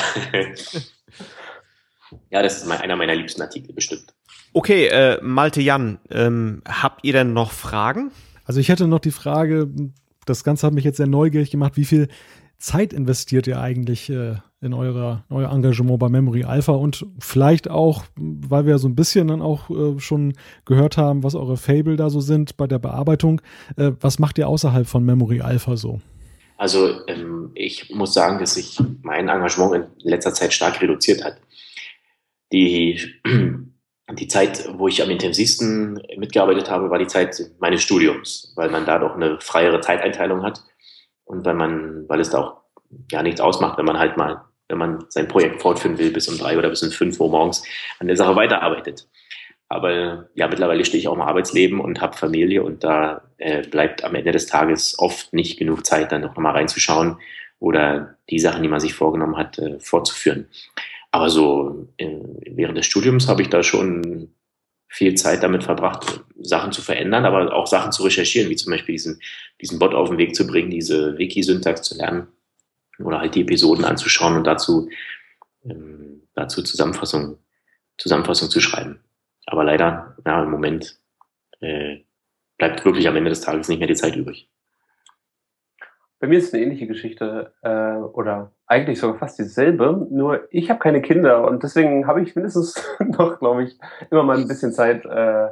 Ja, das ist einer meiner liebsten Artikel, bestimmt. Okay, Malte, Jan, habt ihr denn noch Fragen? Also ich hätte noch die Frage, das Ganze hat mich jetzt sehr neugierig gemacht, wie viel Zeit investiert ihr eigentlich in euer Engagement bei Memory Alpha und vielleicht auch, weil wir so ein bisschen dann auch schon gehört haben, was eure Fable da so sind bei der Bearbeitung, was macht ihr außerhalb von Memory Alpha so? Also ich muss sagen, dass sich mein Engagement in letzter Zeit stark reduziert hat. Die Zeit, wo ich am intensivsten mitgearbeitet habe, war die Zeit meines Studiums, weil man da doch eine freiere Zeiteinteilung hat und weil es da auch nichts ausmacht, wenn man sein Projekt fortführen will bis um 3 oder bis um 5 Uhr morgens an der Sache weiterarbeitet. Aber ja, mittlerweile stehe ich auch im Arbeitsleben und habe Familie und da bleibt am Ende des Tages oft nicht genug Zeit, dann noch mal reinzuschauen oder die Sachen, die man sich vorgenommen hat, fortzuführen. Aber so während des Studiums habe ich da schon viel Zeit damit verbracht, Sachen zu verändern, aber auch Sachen zu recherchieren, wie zum Beispiel diesen Bot auf den Weg zu bringen, diese Wiki-Syntax zu lernen oder halt die Episoden anzuschauen und dazu Zusammenfassung zu schreiben. Aber leider, ja, im Moment bleibt wirklich am Ende des Tages nicht mehr die Zeit übrig. Bei mir ist es eine ähnliche Geschichte oder eigentlich sogar fast dieselbe, nur ich habe keine Kinder und deswegen habe ich mindestens noch, glaube ich, immer mal ein bisschen Zeit,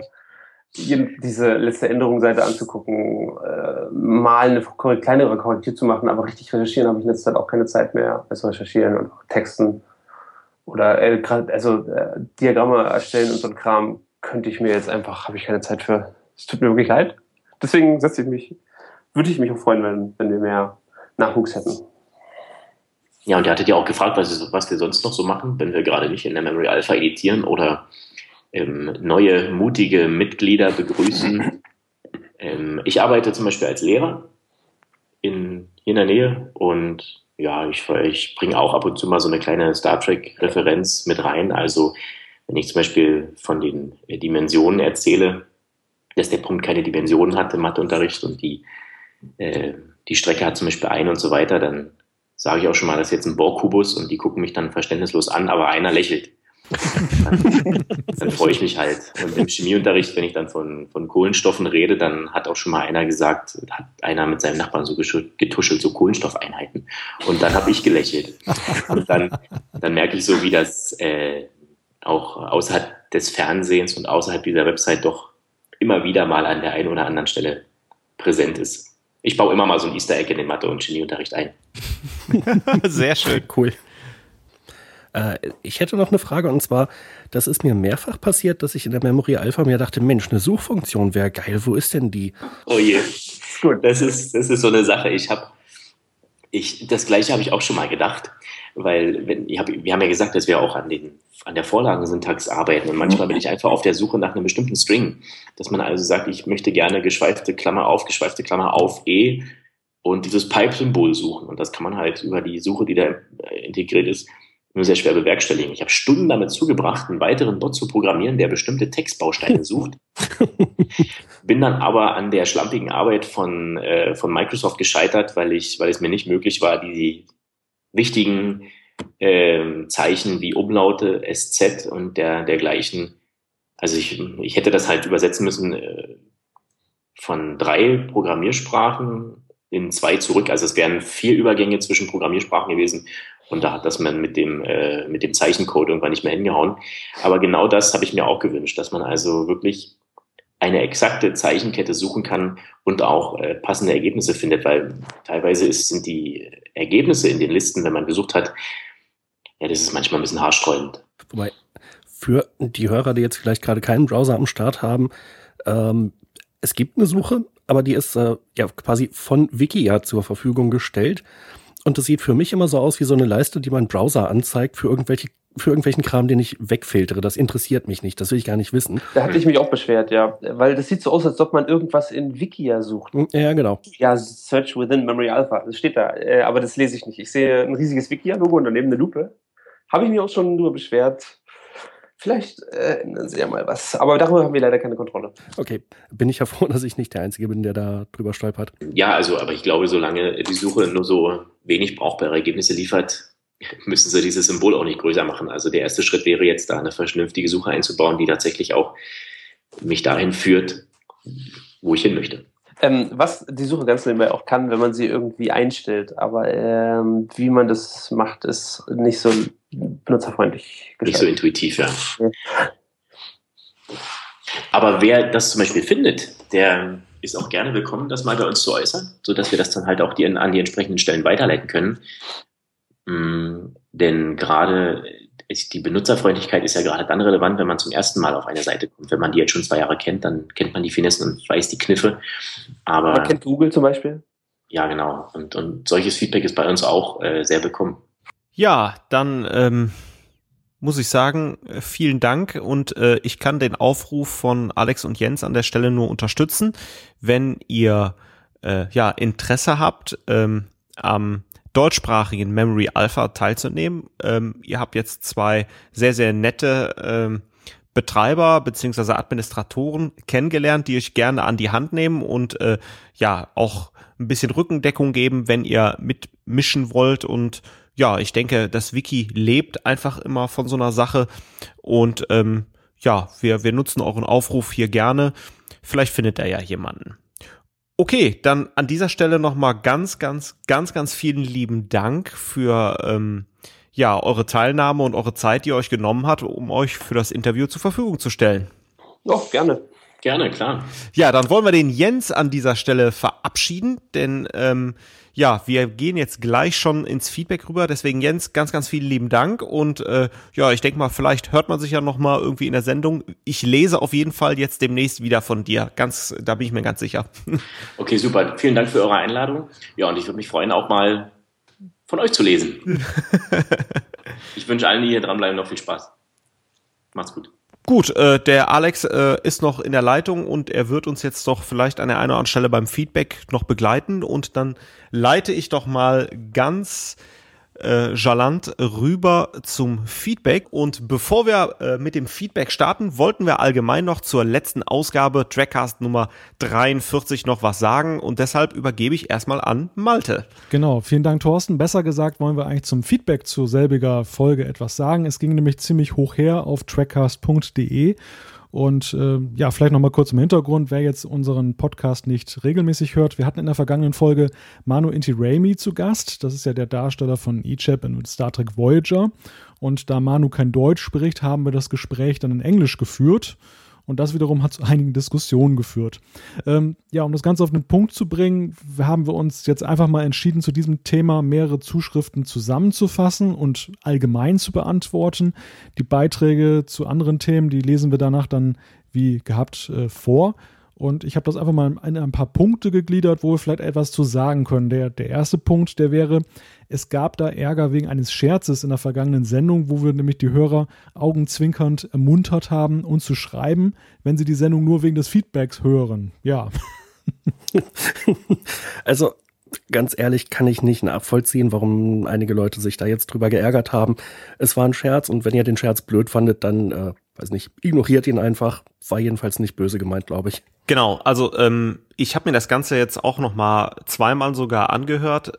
diese letzte Änderungsseite anzugucken, mal eine kleinere Korrektur zu machen, aber richtig recherchieren habe ich in letzter Zeit auch keine Zeit mehr, also recherchieren und auch Texten oder Diagramme erstellen und so ein Kram könnte ich mir jetzt einfach, habe ich keine Zeit für. Es tut mir wirklich leid. Deswegen würde ich mich auch freuen, wenn wir mehr Nachwuchs hätten. Ja, und ihr hattet ja auch gefragt, was wir sonst noch so machen, wenn wir gerade nicht in der Memory Alpha editieren oder neue, mutige Mitglieder begrüßen. Ich arbeite zum Beispiel als Lehrer hier in der Nähe und ja, ich bringe auch ab und zu mal so eine kleine Star Trek-Referenz mit rein. Also wenn ich zum Beispiel von den Dimensionen erzähle, dass der Punkt keine Dimensionen hat im Matheunterricht und die Strecke hat zum Beispiel eine und so weiter, dann sage ich auch schon mal, das ist jetzt ein Borg-Kubus und die gucken mich dann verständnislos an, aber einer lächelt. Dann freue ich mich halt. Und im Chemieunterricht, wenn ich dann von Kohlenstoffen rede, dann hat auch schon mal einer gesagt, hat einer mit seinem Nachbarn so getuschelt, so Kohlenstoffeinheiten. Und dann habe ich gelächelt. Und dann merke ich so, wie das auch außerhalb des Fernsehens und außerhalb dieser Website doch immer wieder mal an der einen oder anderen Stelle präsent ist. Ich baue immer mal so ein Easter Egg in den Mathe- und Chemieunterricht ein. Sehr schön. Cool. Ich hätte noch eine Frage und zwar, das ist mir mehrfach passiert, dass ich in der Memory Alpha mir dachte, Mensch, eine Suchfunktion wäre geil, wo ist denn die? Oh je, gut, das ist so eine Sache. Das Gleiche habe ich auch schon mal gedacht, weil wir haben ja gesagt, dass wir auch an der Vorlagensyntax arbeiten und manchmal bin ich einfach auf der Suche nach einem bestimmten String, dass man also sagt, ich möchte gerne geschweifte Klammer auf, E und dieses Pipe-Symbol suchen und das kann man halt über die Suche, die da integriert ist, nur sehr schwer bewerkstelligen. Ich habe Stunden damit zugebracht, einen weiteren Bot zu programmieren, der bestimmte Textbausteine sucht. Bin dann aber an der schlampigen Arbeit von Microsoft gescheitert, weil es mir nicht möglich war, die wichtigen Zeichen wie Umlaute, SZ und dergleichen. Also ich hätte das halt übersetzen müssen von 3 Programmiersprachen in 2 zurück. Also es wären 4 Übergänge zwischen Programmiersprachen gewesen. Und da hat das man mit dem Zeichencode irgendwann nicht mehr hingehauen. Aber genau das habe ich mir auch gewünscht, dass man also wirklich eine exakte Zeichenkette suchen kann und auch passende Ergebnisse findet, weil teilweise sind die Ergebnisse in den Listen, wenn man gesucht hat, ja, das ist manchmal ein bisschen haarsträubend. Wobei, für die Hörer, die jetzt vielleicht gerade keinen Browser am Start haben, es gibt eine Suche, aber die ist quasi von Wikia zur Verfügung gestellt. Und das sieht für mich immer so aus wie so eine Leiste, die mein Browser anzeigt für irgendwelchen Kram, den ich wegfiltere. Das interessiert mich nicht, das will ich gar nicht wissen. Da hatte ich mich auch beschwert, ja. Weil das sieht so aus, als ob man irgendwas in Wikia sucht. Ja, genau. Ja, Search within Memory Alpha, das steht da. Aber das lese ich nicht. Ich sehe ein riesiges Wikia-Logo und daneben eine Lupe. Habe ich mich auch schon nur beschwert. Vielleicht ändern sie ja mal was. Aber darüber haben wir leider keine Kontrolle. Okay, bin ich ja froh, dass ich nicht der Einzige bin, der da drüber stolpert. Ja, aber ich glaube, solange die Suche nur so wenig brauchbare Ergebnisse liefert, müssen sie dieses Symbol auch nicht größer machen. Also der erste Schritt wäre jetzt, da eine vernünftige Suche einzubauen, die tatsächlich auch mich dahin führt, wo ich hin möchte. Was die Suche ganz nebenbei auch kann, wenn man sie irgendwie einstellt. Aber wie man das macht, ist nicht so benutzerfreundlich gestaltet. Nicht so intuitiv, ja. Aber wer das zum Beispiel findet, der ist auch gerne willkommen, das mal bei uns zu äußern, sodass wir das dann halt auch an die entsprechenden Stellen weiterleiten können. Denn gerade die Benutzerfreundlichkeit ist ja gerade dann relevant, wenn man zum ersten Mal auf eine Seite kommt. Wenn man die jetzt schon 2 Jahre kennt, dann kennt man die Finessen und weiß die Kniffe. Aber man kennt Google zum Beispiel? Ja, genau. Und solches Feedback ist bei uns auch sehr willkommen. Ja, dann muss ich sagen, vielen Dank und ich kann den Aufruf von Alex und Jens an der Stelle nur unterstützen. Wenn ihr Interesse habt, am deutschsprachigen Memory Alpha teilzunehmen, ihr habt jetzt 2 sehr, sehr nette Betreiber beziehungsweise Administratoren kennengelernt, die euch gerne an die Hand nehmen und auch ein bisschen Rückendeckung geben, wenn ihr mitmischen wollt. Und ja, ich denke, das Wiki lebt einfach immer von so einer Sache und wir nutzen euren Aufruf hier gerne. Vielleicht findet er ja jemanden. Okay, dann an dieser Stelle nochmal ganz, ganz, ganz, ganz vielen lieben Dank für eure Teilnahme und eure Zeit, die ihr euch genommen habt, um euch für das Interview zur Verfügung zu stellen. Ja, gerne. Gerne, klar. Ja, dann wollen wir den Jens an dieser Stelle verabschieden, denn wir gehen jetzt gleich schon ins Feedback rüber. Deswegen Jens, ganz, ganz vielen lieben Dank und ich denke mal, vielleicht hört man sich ja noch mal irgendwie in der Sendung. Ich lese auf jeden Fall jetzt demnächst wieder von dir. Da bin ich mir ganz sicher. Okay, super. Vielen Dank für eure Einladung. Ja, und ich würde mich freuen, auch mal von euch zu lesen. Ich wünsche allen, die hier dranbleiben, noch viel Spaß. Macht's gut. Gut, der Alex ist noch in der Leitung und er wird uns jetzt doch vielleicht an der einen oder anderen Stelle beim Feedback noch begleiten und dann leite ich doch mal ganz galant rüber zum Feedback. Und bevor wir mit dem Feedback starten, wollten wir allgemein noch zur letzten Ausgabe Trackcast Nummer 43 noch was sagen und deshalb übergebe ich erstmal an Malte. Genau, vielen Dank, Thorsten. Besser gesagt wollen wir eigentlich zum Feedback zu selbiger Folge etwas sagen. Es ging nämlich ziemlich hoch her auf trackcast.de. Und vielleicht nochmal kurz im Hintergrund, wer jetzt unseren Podcast nicht regelmäßig hört. Wir hatten in der vergangenen Folge Manu Intiraymi zu Gast. Das ist ja der Darsteller von Icheb in Star Trek Voyager. Und da Manu kein Deutsch spricht, haben wir das Gespräch dann in Englisch geführt. Und das wiederum hat zu einigen Diskussionen geführt. Um das Ganze auf den Punkt zu bringen, haben wir uns jetzt einfach mal entschieden, zu diesem Thema mehrere Zuschriften zusammenzufassen und allgemein zu beantworten. Die Beiträge zu anderen Themen, die lesen wir danach dann wie gehabt vor. Und ich habe das einfach mal in ein paar Punkte gegliedert, wo wir vielleicht etwas zu sagen können. Der erste Punkt, der wäre, es gab da Ärger wegen eines Scherzes in der vergangenen Sendung, wo wir nämlich die Hörer augenzwinkernd ermuntert haben, uns zu schreiben, wenn sie die Sendung nur wegen des Feedbacks hören. Ja. Also ganz ehrlich kann ich nicht nachvollziehen, warum einige Leute sich da jetzt drüber geärgert haben. Es war ein Scherz und wenn ihr den Scherz blöd fandet, dann, ignoriert ihn einfach. War jedenfalls nicht böse gemeint, glaube ich. Genau, also ich habe mir das Ganze jetzt auch noch mal zweimal sogar angehört.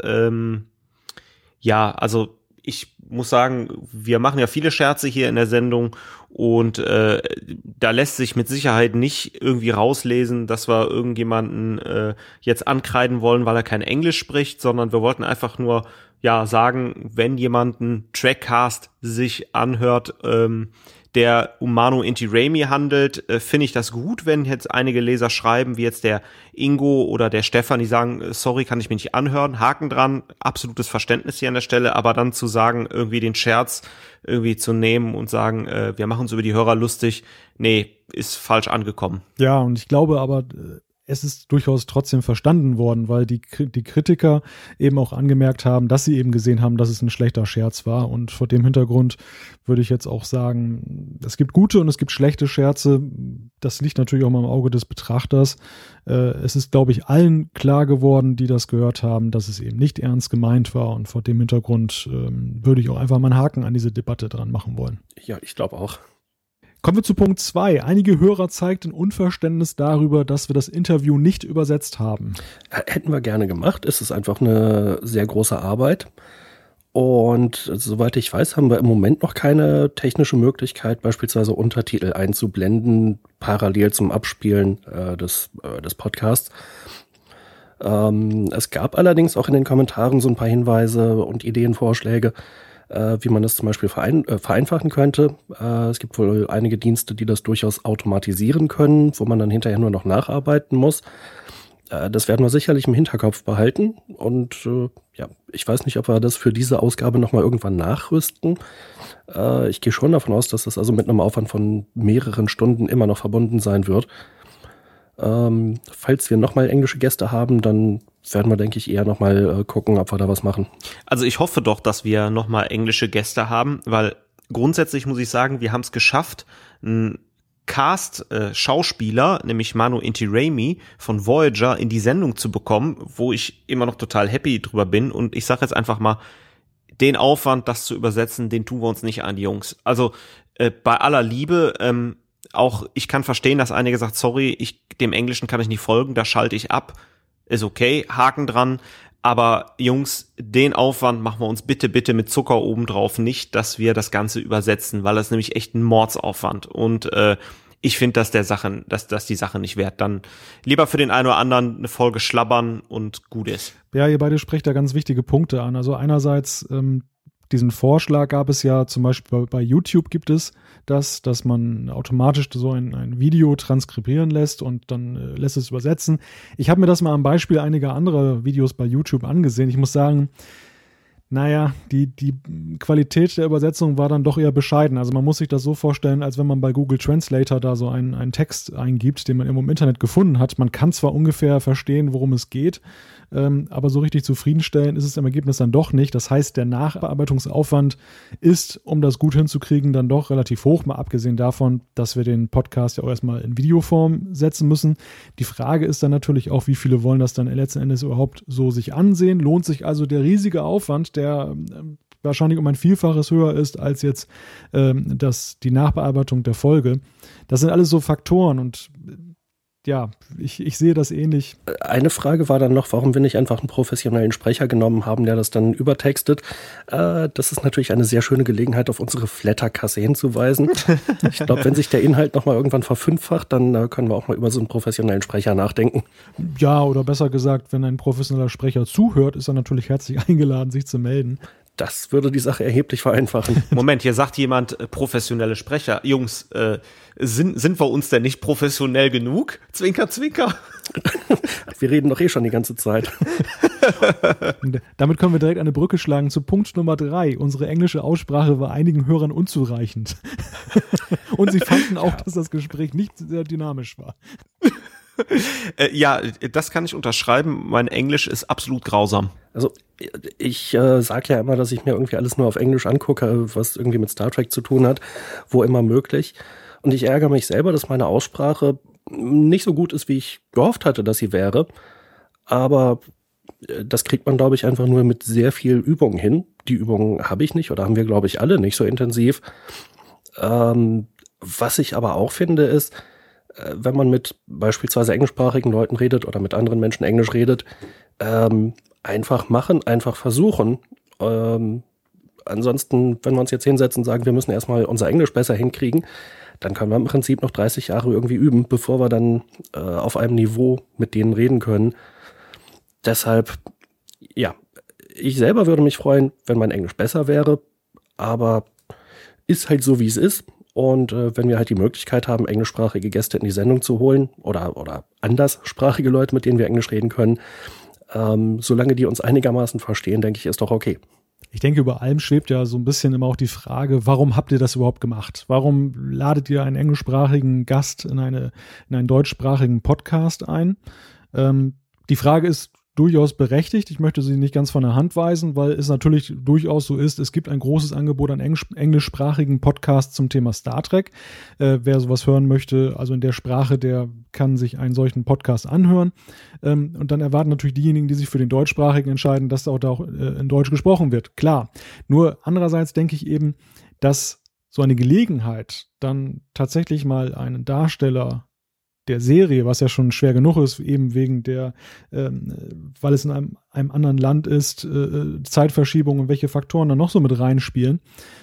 Also ich muss sagen, wir machen ja viele Scherze hier in der Sendung und da lässt sich mit Sicherheit nicht irgendwie rauslesen, dass wir irgendjemanden jetzt ankreiden wollen, weil er kein Englisch spricht, sondern wir wollten einfach nur sagen, wenn jemand einen Trackcast sich anhört, der um Manu Intiraymi handelt, finde ich das gut, wenn jetzt einige Leser schreiben, wie jetzt der Ingo oder der Stefan, die sagen, sorry, kann ich mir nicht anhören, Haken dran, absolutes Verständnis hier an der Stelle, aber dann zu sagen, irgendwie den Scherz irgendwie zu nehmen und sagen, wir machen uns über die Hörer lustig, nee, ist falsch angekommen. Ja, und ich glaube aber, es ist durchaus trotzdem verstanden worden, weil die Kritiker eben auch angemerkt haben, dass sie eben gesehen haben, dass es ein schlechter Scherz war. Und vor dem Hintergrund würde ich jetzt auch sagen, es gibt gute und es gibt schlechte Scherze. Das liegt natürlich auch mal im Auge des Betrachters. Es ist, glaube ich, allen klar geworden, die das gehört haben, dass es eben nicht ernst gemeint war. Und vor dem Hintergrund würde ich auch einfach mal einen Haken an diese Debatte dran machen wollen. Ja, ich glaube auch. Kommen wir zu Punkt 2. Einige Hörer zeigten Unverständnis darüber, dass wir das Interview nicht übersetzt haben. Hätten wir gerne gemacht. Es ist einfach eine sehr große Arbeit. Und soweit ich weiß, haben wir im Moment noch keine technische Möglichkeit, beispielsweise Untertitel einzublenden, parallel zum Abspielen des Podcasts. Es gab allerdings auch in den Kommentaren so ein paar Hinweise und Ideenvorschläge, wie man das zum Beispiel vereinfachen könnte. Es gibt wohl einige Dienste, die das durchaus automatisieren können, wo man dann hinterher nur noch nacharbeiten muss. Das werden wir sicherlich im Hinterkopf behalten. Und ich weiß nicht, ob wir das für diese Ausgabe nochmal irgendwann nachrüsten. Ich gehe schon davon aus, dass das also mit einem Aufwand von mehreren Stunden immer noch verbunden sein wird. Falls wir nochmal englische Gäste haben, dann werden wir, denke ich, eher nochmal gucken, ob wir da was machen. Also ich hoffe doch, dass wir nochmal englische Gäste haben, weil grundsätzlich muss ich sagen, wir haben es geschafft, einen Cast-Schauspieler, nämlich Manu Inti-Raimi von Voyager in die Sendung zu bekommen, wo ich immer noch total happy drüber bin. Und ich sage jetzt einfach mal, den Aufwand, das zu übersetzen, den tun wir uns nicht an, die Jungs. Also bei aller Liebe, auch ich kann verstehen, dass einige sagt, sorry, dem Englischen kann ich nicht folgen, da schalte ich ab. Ist okay, Haken dran. Aber Jungs, den Aufwand machen wir uns bitte mit Zucker obendrauf nicht, dass wir das Ganze übersetzen, weil das ist nämlich echt ein Mordsaufwand. Und ich finde, dass die Sache nicht wert. Dann lieber für den einen oder anderen eine Folge schlabbern und gut ist. Ja, ihr beide sprecht da ganz wichtige Punkte an. Also einerseits diesen Vorschlag gab es ja zum Beispiel bei YouTube gibt es dass man automatisch so ein Video transkribieren lässt und dann lässt es übersetzen. Ich habe mir das mal am Beispiel einiger anderer Videos bei YouTube angesehen. Ich muss sagen, naja, die Qualität der Übersetzung war dann doch eher bescheiden. Also man muss sich das so vorstellen, als wenn man bei Google Translator da so einen Text eingibt, den man irgendwo im Internet gefunden hat. Man kann zwar ungefähr verstehen, worum es geht, aber so richtig zufriedenstellend ist es im Ergebnis dann doch nicht. Das heißt, der Nachbearbeitungsaufwand ist, um das gut hinzukriegen, dann doch relativ hoch, mal abgesehen davon, dass wir den Podcast ja auch erstmal in Videoform setzen müssen. Die Frage ist dann natürlich auch, wie viele wollen das dann letzten Endes überhaupt so sich ansehen? Lohnt sich also der riesige Aufwand, der wahrscheinlich um ein Vielfaches höher ist als jetzt die Nachbearbeitung der Folge? Das sind alles so Faktoren und ja, ich sehe das ähnlich. Eine Frage war dann noch, warum wir nicht einfach einen professionellen Sprecher genommen haben, der das dann übertextet. Das ist natürlich eine sehr schöne Gelegenheit, auf unsere Flatterkasse hinzuweisen. Ich glaube, wenn sich der Inhalt nochmal irgendwann verfünffacht, dann können wir auch mal über so einen professionellen Sprecher nachdenken. Ja, oder besser gesagt, wenn ein professioneller Sprecher zuhört, ist er natürlich herzlich eingeladen, sich zu melden. Das würde die Sache erheblich vereinfachen. Moment, hier sagt jemand professionelle Sprecher. Jungs, sind wir uns denn nicht professionell genug? Zwinker, zwinker. Wir reden doch eh schon die ganze Zeit. Damit können wir direkt eine Brücke schlagen zu Punkt Nummer 3. Unsere englische Aussprache war einigen Hörern unzureichend. Und sie fanden auch, dass das Gespräch nicht sehr dynamisch war. Ja, das kann ich unterschreiben. Mein Englisch ist absolut grausam. Also ich sage ja immer, dass ich mir irgendwie alles nur auf Englisch angucke, was irgendwie mit Star Trek zu tun hat, wo immer möglich. Und ich ärgere mich selber, dass meine Aussprache nicht so gut ist, wie ich gehofft hatte, dass sie wäre. Aber das kriegt man, glaube ich, einfach nur mit sehr viel Übung hin. Die Übung habe ich nicht oder haben wir, glaube ich, alle nicht so intensiv. Was ich aber auch finde, ist, wenn man mit beispielsweise englischsprachigen Leuten redet oder mit anderen Menschen Englisch redet, einfach machen, einfach versuchen. Ansonsten, wenn wir uns jetzt hinsetzen und sagen, wir müssen erstmal unser Englisch besser hinkriegen, dann können wir im Prinzip noch 30 Jahre irgendwie üben, bevor wir dann auf einem Niveau mit denen reden können. Deshalb, ja, ich selber würde mich freuen, wenn mein Englisch besser wäre, aber ist halt so, wie es ist. Und wenn wir halt die Möglichkeit haben, englischsprachige Gäste in die Sendung zu holen oder anderssprachige Leute, mit denen wir Englisch reden können, solange die uns einigermaßen verstehen, denke ich, ist doch okay. Ich denke, über allem schwebt ja so ein bisschen immer auch die Frage, warum habt ihr das überhaupt gemacht? Warum ladet ihr einen englischsprachigen Gast in einen deutschsprachigen Podcast ein? Die Frage ist durchaus berechtigt. Ich möchte sie nicht ganz von der Hand weisen, weil es natürlich durchaus so ist, es gibt ein großes Angebot an englischsprachigen Podcasts zum Thema Star Trek. Wer sowas hören möchte, also in der Sprache, der kann sich einen solchen Podcast anhören. Und dann erwarten natürlich diejenigen, die sich für den deutschsprachigen entscheiden, dass auch da in Deutsch gesprochen wird. Klar. Nur andererseits denke ich eben, dass so eine Gelegenheit, dann tatsächlich mal einen Darsteller der Serie, was ja schon schwer genug ist, eben wegen der, weil es in einem anderen Land ist, Zeitverschiebung und welche Faktoren da noch so mit reinspielen,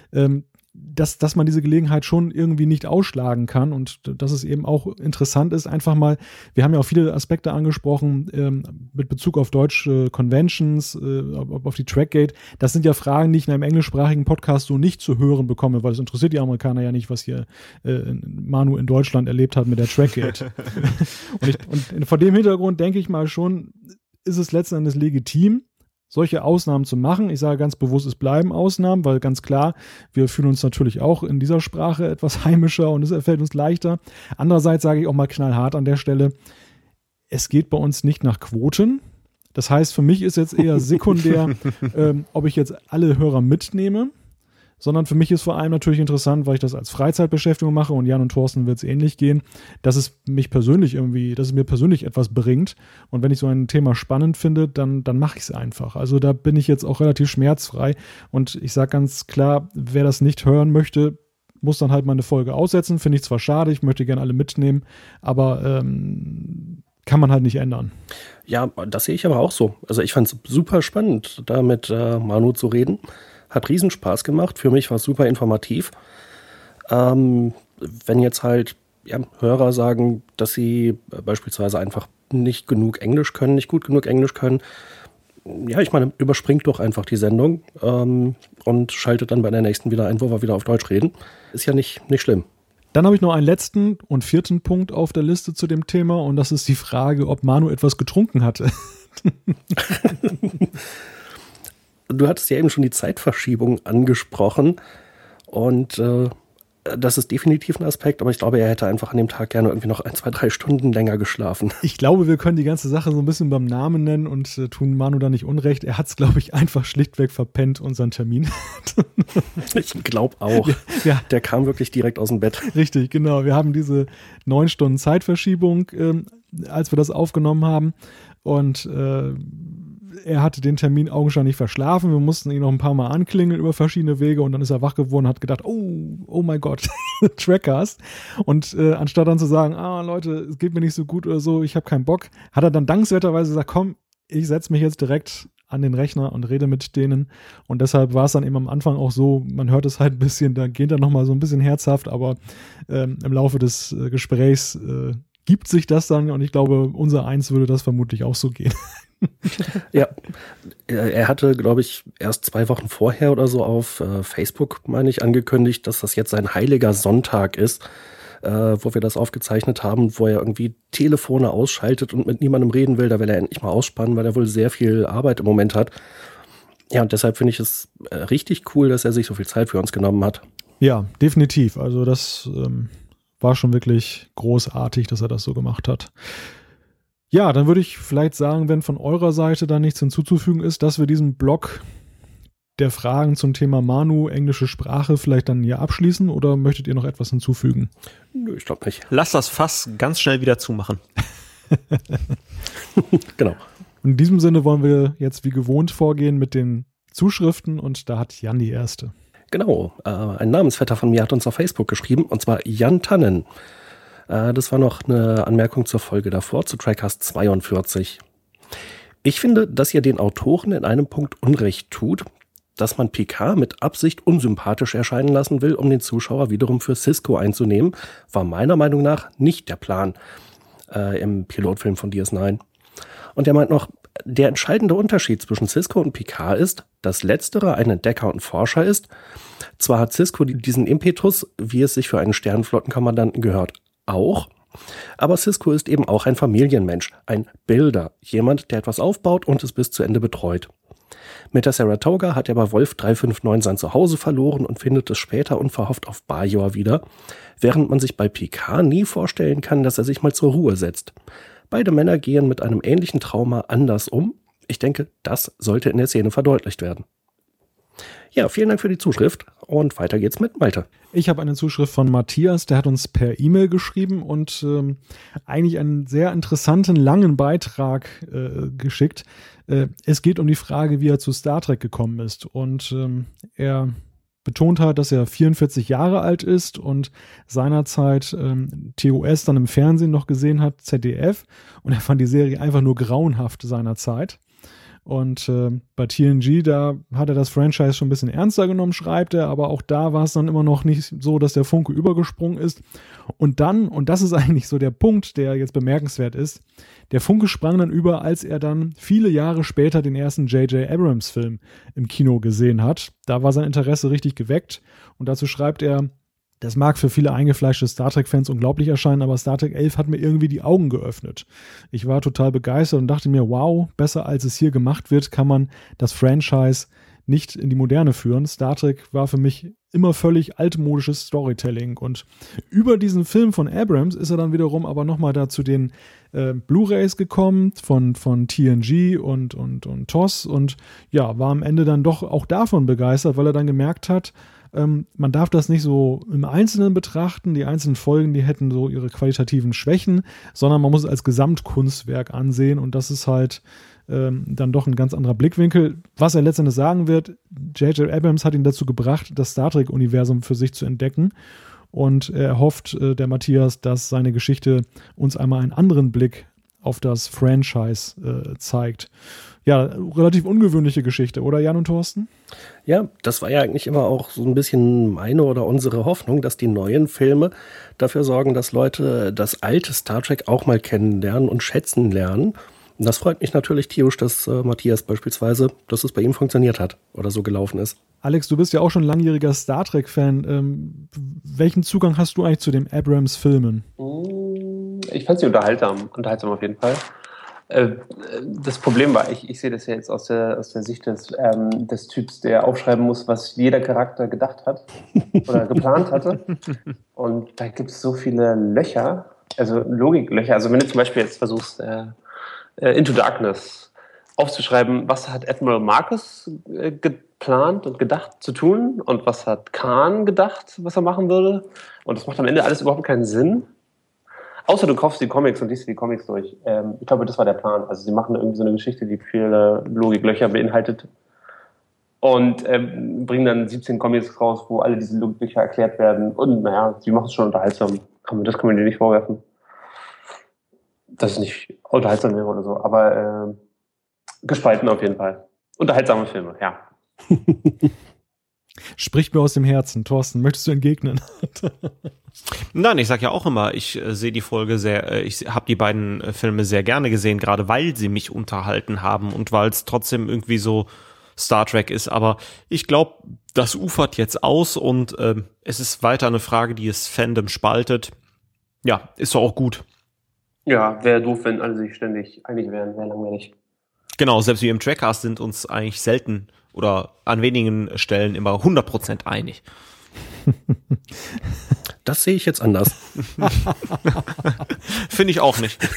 dass man diese Gelegenheit schon irgendwie nicht ausschlagen kann und dass es eben auch interessant ist, einfach mal, wir haben ja auch viele Aspekte angesprochen, mit Bezug auf deutsche Conventions, auf die Trackgate, das sind ja Fragen, die ich in einem englischsprachigen Podcast so nicht zu hören bekomme, weil es interessiert die Amerikaner ja nicht, was hier Manu in Deutschland erlebt hat mit der Trackgate. und vor dem Hintergrund denke ich mal schon, ist es letzten Endes legitim, solche Ausnahmen zu machen. Ich sage ganz bewusst, es bleiben Ausnahmen, weil ganz klar, wir fühlen uns natürlich auch in dieser Sprache etwas heimischer und es fällt uns leichter. Andererseits sage ich auch mal knallhart an der Stelle, es geht bei uns nicht nach Quoten. Das heißt, für mich ist jetzt eher sekundär, ob ich jetzt alle Hörer mitnehme, sondern für mich ist vor allem natürlich interessant, weil ich das als Freizeitbeschäftigung mache und Jan und Thorsten wird es ähnlich gehen, dass es mir persönlich etwas bringt. Und wenn ich so ein Thema spannend finde, dann mache ich es einfach. Also da bin ich jetzt auch relativ schmerzfrei. Und ich sage ganz klar, wer das nicht hören möchte, muss dann halt mal eine Folge aussetzen. Finde ich zwar schade, ich möchte gerne alle mitnehmen, aber kann man halt nicht ändern. Ja, das sehe ich aber auch so. Also ich fand es super spannend, da mit Manu zu reden. Hat Riesenspaß gemacht. Für mich war es super informativ. Wenn jetzt halt Hörer sagen, dass sie beispielsweise einfach nicht gut genug Englisch können, ja, ich meine, überspringt doch einfach die Sendung und schaltet dann bei der nächsten wieder ein, wo wir wieder auf Deutsch reden. Ist ja nicht schlimm. Dann habe ich noch einen letzten und 4. Punkt auf der Liste zu dem Thema und das ist die Frage, ob Manu etwas getrunken hatte. Du hattest ja eben schon die Zeitverschiebung angesprochen und das ist definitiv ein Aspekt, aber ich glaube, er hätte einfach an dem Tag gerne irgendwie noch 1, 2, 3 Stunden länger geschlafen. Ich glaube, wir können die ganze Sache so ein bisschen beim Namen nennen und tun Manu da nicht unrecht. Er hat es, glaube ich, einfach schlichtweg verpennt, unseren Termin. Ich glaube auch. Ja. Der kam wirklich direkt aus dem Bett. Richtig, genau. Wir haben diese 9 Stunden Zeitverschiebung, als wir das aufgenommen haben und er hatte den Termin augenscheinlich verschlafen. Wir mussten ihn noch ein paar Mal anklingeln über verschiedene Wege und dann ist er wach geworden und hat gedacht, oh mein Gott, Trackcast. Und anstatt dann zu sagen, Leute, es geht mir nicht so gut oder so, ich habe keinen Bock, hat er dann dankenswerterweise gesagt, komm, ich setze mich jetzt direkt an den Rechner und rede mit denen. Und deshalb war es dann eben am Anfang auch so, man hört es halt ein bisschen, da geht er nochmal so ein bisschen herzhaft, aber im Laufe des Gesprächs gibt sich das dann und ich glaube, unser Eins würde das vermutlich auch so gehen. Ja, er hatte, glaube ich, erst 2 Wochen vorher oder so auf Facebook, meine ich, angekündigt, dass das jetzt sein heiliger Sonntag ist, wo wir das aufgezeichnet haben, wo er irgendwie Telefone ausschaltet und mit niemandem reden will. Da will er endlich mal ausspannen, weil er wohl sehr viel Arbeit im Moment hat. Ja, und deshalb finde ich es richtig cool, dass er sich so viel Zeit für uns genommen hat. Ja, definitiv. Also das war schon wirklich großartig, dass er das so gemacht hat. Ja, dann würde ich vielleicht sagen, wenn von eurer Seite da nichts hinzuzufügen ist, dass wir diesen Block der Fragen zum Thema Manu, englische Sprache, vielleicht dann hier abschließen oder möchtet ihr noch etwas hinzufügen? Nö, ich glaube nicht. Lass das Fass ganz schnell wieder zumachen. Genau. In diesem Sinne wollen wir jetzt wie gewohnt vorgehen mit den Zuschriften und da hat Jan die erste. Genau, ein Namensvetter von mir hat uns auf Facebook geschrieben und zwar Jan Tannen. Das war noch eine Anmerkung zur Folge davor, zu Trackcast 42. Ich finde, dass ihr den Autoren in einem Punkt Unrecht tut, dass man Picard mit Absicht unsympathisch erscheinen lassen will, um den Zuschauer wiederum für Sisko einzunehmen, war meiner Meinung nach nicht der Plan im Pilotfilm von DS9. Und er meint noch, der entscheidende Unterschied zwischen Sisko und Picard ist, dass letzterer ein Entdecker und Forscher ist. Zwar hat Sisko diesen Impetus, wie es sich für einen Sternenflottenkommandanten gehört, auch. Aber Sisko ist eben auch ein Familienmensch, ein Builder, jemand, der etwas aufbaut und es bis zu Ende betreut. Mit der Saratoga hat er bei Wolf 359 sein Zuhause verloren und findet es später unverhofft auf Bajor wieder, während man sich bei Picard nie vorstellen kann, dass er sich mal zur Ruhe setzt. Beide Männer gehen mit einem ähnlichen Trauma anders um. Ich denke, das sollte in der Szene verdeutlicht werden. Ja, vielen Dank für die Zuschrift und weiter geht's mit Malte. Ich habe eine Zuschrift von Matthias, der hat uns per E-Mail geschrieben und eigentlich einen sehr interessanten, langen Beitrag geschickt. Es geht um die Frage, wie er zu Star Trek gekommen ist und er betont hat, dass er 44 Jahre alt ist und seinerzeit TOS dann im Fernsehen noch gesehen hat, ZDF, und er fand die Serie einfach nur grauenhaft seinerzeit. Und bei TNG, da hat er das Franchise schon ein bisschen ernster genommen, schreibt er, aber auch da war es dann immer noch nicht so, dass der Funke übergesprungen ist. Und dann, und das ist eigentlich so der Punkt, der jetzt bemerkenswert ist, der Funke sprang dann über, als er dann viele Jahre später den ersten J.J. Abrams-Film im Kino gesehen hat. Da war sein Interesse richtig geweckt und dazu schreibt er, das mag für viele eingefleischte Star Trek-Fans unglaublich erscheinen, aber Star Trek 11 hat mir irgendwie die Augen geöffnet. Ich war total begeistert und dachte mir, wow, besser als es hier gemacht wird, kann man das Franchise nicht in die Moderne führen. Star Trek war für mich immer völlig altmodisches Storytelling. Und über diesen Film von Abrams ist er dann wiederum aber nochmal da zu den Blu-rays gekommen von TNG und TOS und ja, war am Ende dann doch auch davon begeistert, weil er dann gemerkt hat, Man darf das nicht so im Einzelnen betrachten. Die einzelnen Folgen, die hätten so ihre qualitativen Schwächen, sondern man muss es als Gesamtkunstwerk ansehen und das ist halt dann doch ein ganz anderer Blickwinkel. Was er letztendlich sagen wird, J.J. Abrams hat ihn dazu gebracht, das Star Trek-Universum für sich zu entdecken und er hofft, der Matthias, dass seine Geschichte uns einmal einen anderen Blick auf das Franchise zeigt. Ja, relativ ungewöhnliche Geschichte, oder Jan und Thorsten? Ja, das war ja eigentlich immer auch so ein bisschen meine oder unsere Hoffnung, dass die neuen Filme dafür sorgen, dass Leute das alte Star Trek auch mal kennenlernen und schätzen lernen. Und das freut mich natürlich tierisch, dass Matthias beispielsweise, dass es bei ihm funktioniert hat oder so gelaufen ist. Alex, du bist ja auch schon langjähriger Star Trek-Fan. Welchen Zugang hast du eigentlich zu den Abrams-Filmen? Ich fand sie unterhaltsam auf jeden Fall. Das Problem war, ich sehe das ja jetzt aus der Sicht des Typs, der aufschreiben muss, was jeder Charakter gedacht hat oder geplant hatte. Und da gibt es so viele Löcher, also Logiklöcher. Also wenn du zum Beispiel jetzt versuchst, Into Darkness aufzuschreiben, was hat Admiral Marcus geplant und gedacht zu tun und was hat Khan gedacht, was er machen würde. Und das macht am Ende alles überhaupt keinen Sinn. Außer du kaufst die Comics und liest die Comics durch. Ich glaube, das war der Plan. Also sie machen irgendwie so eine Geschichte, die viele Logiklöcher beinhaltet und bringen dann 17 Comics raus, wo alle diese Logiklöcher erklärt werden. Und naja, sie machen es schon unterhaltsam. Das kann man dir nicht vorwerfen. Dass es nicht unterhaltsam wäre oder so. Aber gespalten auf jeden Fall. Unterhaltsame Filme, ja. Sprich mir aus dem Herzen. Thorsten, möchtest du entgegnen? Nein, ich sag ja auch immer, ich sehe die Folge ich habe die beiden Filme sehr gerne gesehen, gerade weil sie mich unterhalten haben und weil es trotzdem irgendwie so Star Trek ist. Aber ich glaube, das ufert jetzt aus und es ist weiter eine Frage, die das Fandom spaltet. Ja, ist doch auch gut. Ja, wäre doof, wenn alle sich ständig einig wären, wäre langweilig. Genau, selbst wir im Trackcast sind uns eigentlich selten oder an wenigen Stellen immer 100% einig. Das sehe ich jetzt anders. Finde ich auch nicht.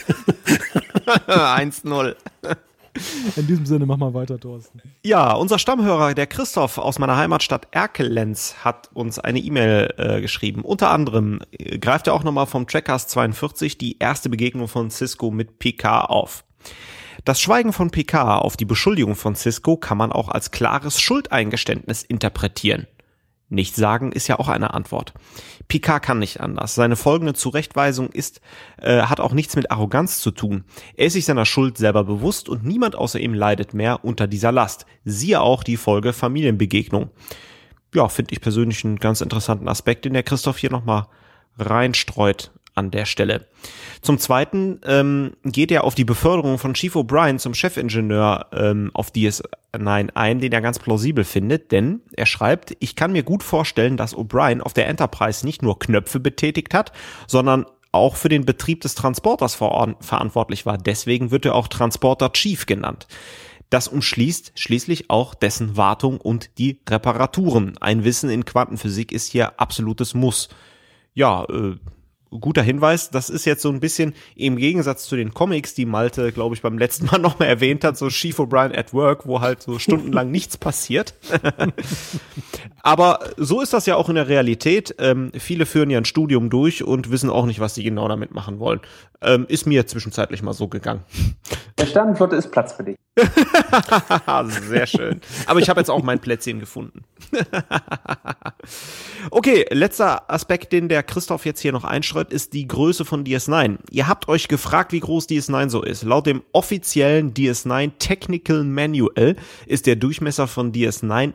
1-0. In diesem Sinne, mach mal weiter, Thorsten. Ja, unser Stammhörer, der Christoph aus meiner Heimatstadt Erkelenz, hat uns eine E-Mail geschrieben. Unter anderem greift er auch nochmal vom Trackcast 42 die erste Begegnung von Sisko mit Picard auf. Das Schweigen von Picard auf die Beschuldigung von Sisko kann man auch als klares Schuldeingeständnis interpretieren. Nicht sagen ist ja auch eine Antwort. Picard kann nicht anders. Seine folgende Zurechtweisung hat auch nichts mit Arroganz zu tun. Er ist sich seiner Schuld selber bewusst und niemand außer ihm leidet mehr unter dieser Last. Siehe auch die Folge Familienbegegnung. Ja, finde ich persönlich einen ganz interessanten Aspekt, den der Christoph hier nochmal reinstreut an der Stelle. Zum Zweiten geht er auf die Beförderung von Chief O'Brien zum Chefingenieur auf DS9 ein, den er ganz plausibel findet, denn er schreibt, ich kann mir gut vorstellen, dass O'Brien auf der Enterprise nicht nur Knöpfe betätigt hat, sondern auch für den Betrieb des Transporters verantwortlich war. Deswegen wird er auch Transporter Chief genannt. Das umschließt schließlich auch dessen Wartung und die Reparaturen. Ein Wissen in Quantenphysik ist hier absolutes Muss. Ja, guter Hinweis, das ist jetzt so ein bisschen im Gegensatz zu den Comics, die Malte, glaube ich, beim letzten Mal noch mal erwähnt hat, so Chief O'Brien at Work, wo halt so stundenlang nichts passiert. Aber so ist das ja auch in der Realität. Viele führen ja ein Studium durch und wissen auch nicht, was sie genau damit machen wollen. Ist mir zwischenzeitlich mal so gegangen. Der Sternenflotte ist Platz für dich. Sehr schön. Aber ich habe jetzt auch mein Plätzchen gefunden. Okay, letzter Aspekt, den der Christoph jetzt hier noch einstreut, ist die Größe von DS9. Ihr habt euch gefragt, wie groß DS9 so ist. Laut dem offiziellen DS9 Technical Manual ist der Durchmesser von DS9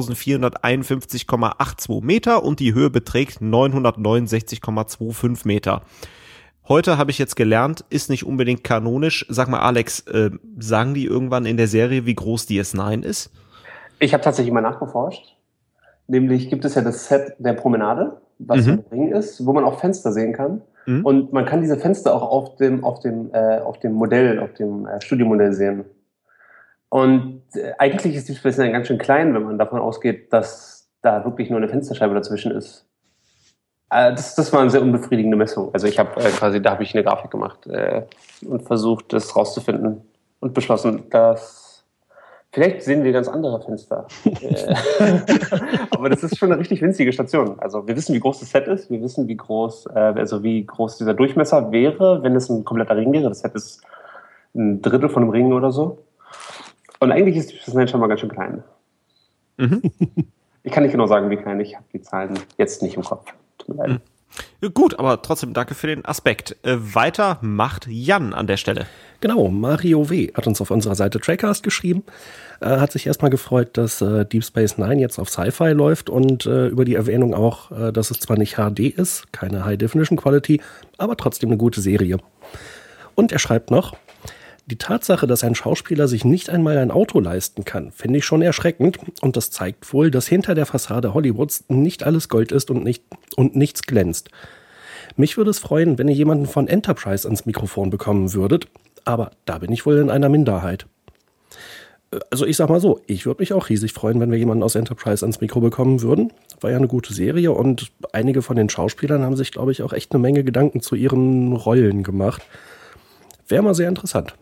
1451,82 Meter und die Höhe beträgt 969,25 Meter. Heute habe ich jetzt gelernt, ist nicht unbedingt kanonisch. Sag mal, Alex, sagen die irgendwann in der Serie, wie groß DS9 ist? Ich habe tatsächlich mal nachgeforscht. Nämlich gibt es ja das Set der Promenade, was im Ring ist, wo man auch Fenster sehen kann. Und man kann diese Fenster auch auf dem Modell, auf dem Studiomodell sehen. Und eigentlich ist die Fenster ganz schön klein, wenn man davon ausgeht, dass da wirklich nur eine Fensterscheibe dazwischen ist. Das war eine sehr unbefriedigende Messung. Also ich habe da habe ich eine Grafik gemacht und versucht, das rauszufinden und beschlossen, das Vielleicht sehen wir ganz andere Fenster. Aber das ist schon eine richtig winzige Station. Also wir wissen, wie groß das Set ist. Wir wissen, wie groß dieser Durchmesser wäre, wenn es ein kompletter Ring wäre. Das Set ist 1/3 von einem Ring oder so. Und eigentlich ist das Net schon mal ganz schön klein. Mhm. Ich kann nicht genau sagen, wie klein. Ich habe die Zahlen jetzt nicht im Kopf. Tut mir leid. Mhm. Gut, aber trotzdem danke für den Aspekt. Weiter macht Jan an der Stelle. Genau, Mario W. hat uns auf unserer Seite Trackcast geschrieben. Hat sich erstmal gefreut, dass Deep Space Nine jetzt auf Sci-Fi läuft und über die Erwähnung auch, dass es zwar nicht HD ist, keine High Definition Quality, aber trotzdem eine gute Serie. Und er schreibt noch: Die Tatsache, dass ein Schauspieler sich nicht einmal ein Auto leisten kann, finde ich schon erschreckend, und das zeigt wohl, dass hinter der Fassade Hollywoods nicht alles Gold ist und nichts glänzt. Mich würde es freuen, wenn ihr jemanden von Enterprise ans Mikrofon bekommen würdet, aber da bin ich wohl in einer Minderheit. Also ich sag mal so, ich würde mich auch riesig freuen, wenn wir jemanden aus Enterprise ans Mikro bekommen würden. War ja eine gute Serie und einige von den Schauspielern haben sich, glaube ich, auch echt eine Menge Gedanken zu ihren Rollen gemacht. Wäre mal sehr interessant.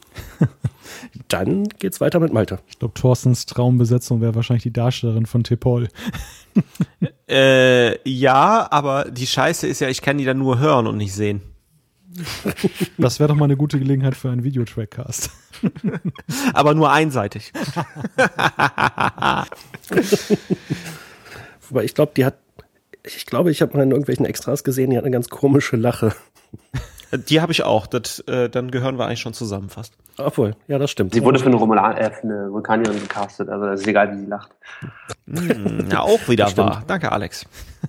Dann geht's weiter mit Malte. Ich glaube, Thorstens Traumbesetzung wäre wahrscheinlich die Darstellerin von T'Pol. Ja, aber die Scheiße ist ja, ich kann die dann nur hören und nicht sehen. Das wäre doch mal eine gute Gelegenheit für einen Videotrackcast. Aber nur einseitig. Wobei ich glaube, ich habe mal in irgendwelchen Extras gesehen, die hat eine ganz komische Lache. Die habe ich auch. Dann gehören wir eigentlich schon zusammen fast. Obwohl, ja, das stimmt. Sie wurde für eine Vulkanierin gecastet, also es ist egal, wie sie lacht. Ja, auch wieder wahr. Danke, Alex.